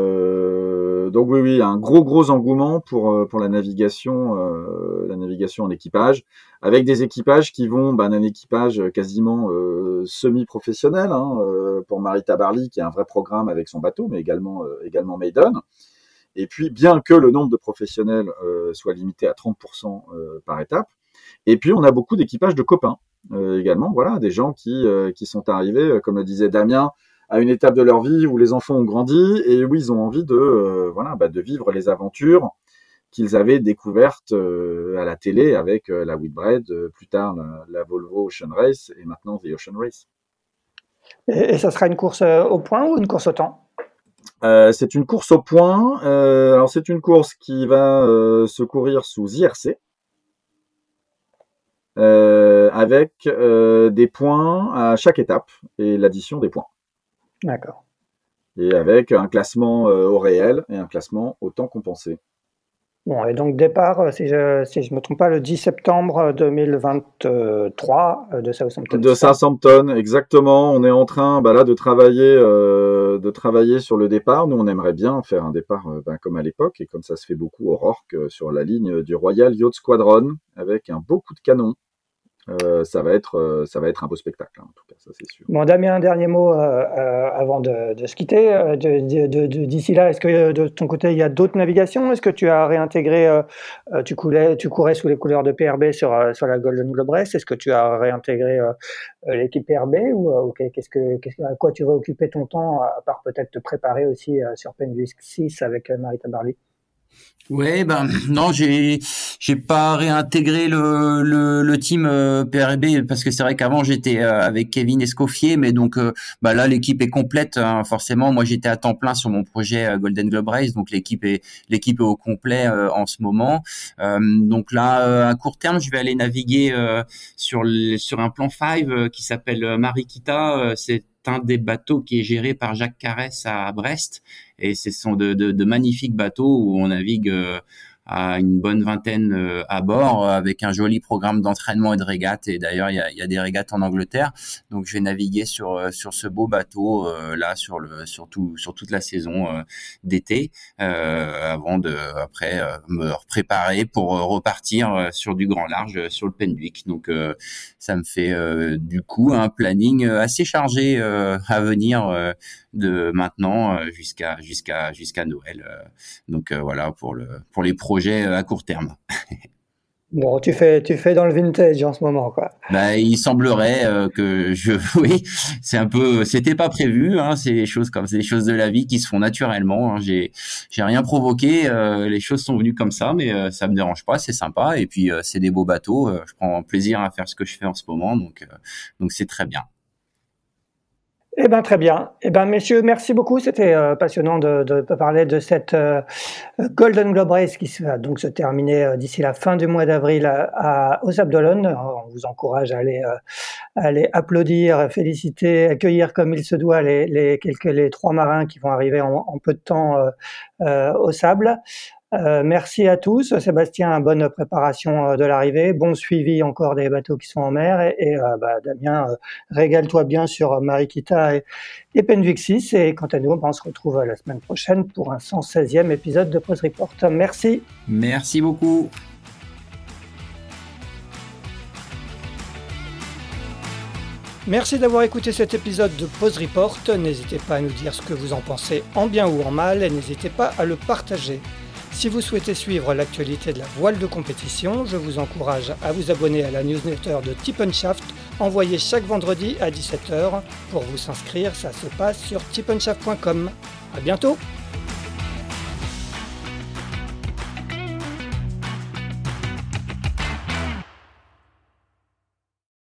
oui, un gros engouement pour la navigation en équipage, avec des équipages qui vont d'un équipage quasiment semi-professionnel pour Mary Tabarly qui a un vrai programme avec son bateau, mais également Maiden. Et puis bien que le nombre de professionnels soit limité à 30% par étape, et puis on a beaucoup d'équipages de copains également, voilà, des gens qui sont arrivés, comme le disait Damien, à une étape de leur vie où les enfants ont grandi et où ils ont envie de vivre les aventures qu'ils avaient découvertes à la télé avec la Whitbread, plus tard la Volvo Ocean Race et maintenant The Ocean Race. Et ça sera une course au point ou une course au temps? C'est une course au point. Alors c'est une course qui va se courir sous IRC. Avec des points à chaque étape et l'addition des points. D'accord. Et avec un classement au réel et un classement au temps compensé. Bon, et donc départ, si je me trompe pas, le 10 septembre 2023 de Southampton. De Southampton, exactement. On est en train là de travailler sur le départ. Nous, on aimerait bien faire un départ comme à l'époque et comme ça se fait beaucoup au Rorke sur la ligne du Royal Yacht Squadron avec un beau coup de canon. Ça va être un beau spectacle, en tout cas, ça c'est sûr. Bon, Damien, un dernier mot avant de se quitter. D'ici là, est-ce que de ton côté, il y a d'autres navigations? Est-ce que tu as réintégré, tu courais sous les couleurs de PRB sur la Golden Globe Race? Est-ce que tu as réintégré l'équipe PRB ou à quoi tu vas occuper ton temps, à part peut-être te préparer aussi sur Pendwick 6 avec Mary Tabarly? Ouais, ben non, j'ai pas réintégré le team PRB parce que c'est vrai qu'avant j'étais avec Kevin Escoffier, mais donc là l'équipe est complète, hein, forcément. Moi j'étais à temps plein sur mon projet Golden Globe Race, donc l'équipe est au complet en ce moment. Donc là à court terme, je vais aller naviguer sur un plan 5 qui s'appelle Mariquita. C'est un des bateaux qui est géré par Jacques Carès à Brest, et ce sont de magnifiques bateaux où on navigue à une bonne vingtaine à bord, avec un joli programme d'entraînement et de régates. Et d'ailleurs, il y a des régates en Angleterre, donc je vais naviguer sur ce beau bateau là sur toute la saison d'été, avant de après me préparer pour repartir sur du grand large sur le Penduic. Donc ça me fait du coup un planning assez chargé à venir de maintenant jusqu'à Noël. Donc voilà pour les projets à court terme. Bon, tu fais dans le vintage en ce moment, quoi. Il semblerait oui, c'était pas prévu, hein, c'est des choses de la vie qui se font naturellement, hein. J'ai rien provoqué, les choses sont venues comme ça, mais ça me dérange pas, c'est sympa, et puis c'est des beaux bateaux, je prends plaisir à faire ce que je fais en ce moment, donc c'est très bien. Eh ben très bien. Eh ben messieurs, merci beaucoup. C'était passionnant de parler de cette Golden Globe Race qui va donc se terminer d'ici la fin du mois d'avril aux Sables d'Olonne. On vous encourage à aller applaudir, féliciter, accueillir comme il se doit les 3 marins qui vont arriver en peu de temps aux Sables. Merci à tous. Sébastien, bonne préparation de l'arrivée, bon suivi encore des bateaux qui sont en mer, et Damien, régale-toi bien sur Mariquita et Penduic 6, et quant à nous, on se retrouve la semaine prochaine pour un 116e épisode de Pause Report. Merci. Merci beaucoup. Merci d'avoir écouté cet épisode de Pause Report. N'hésitez pas à nous dire ce que vous en pensez en bien ou en mal, et n'hésitez pas à le partager. Si vous souhaitez suivre l'actualité de la voile de compétition, je vous encourage à vous abonner à la newsletter de Tip & Shaft, envoyée chaque vendredi à 17h. Pour vous inscrire, ça se passe sur tipnshaft.com. À bientôt!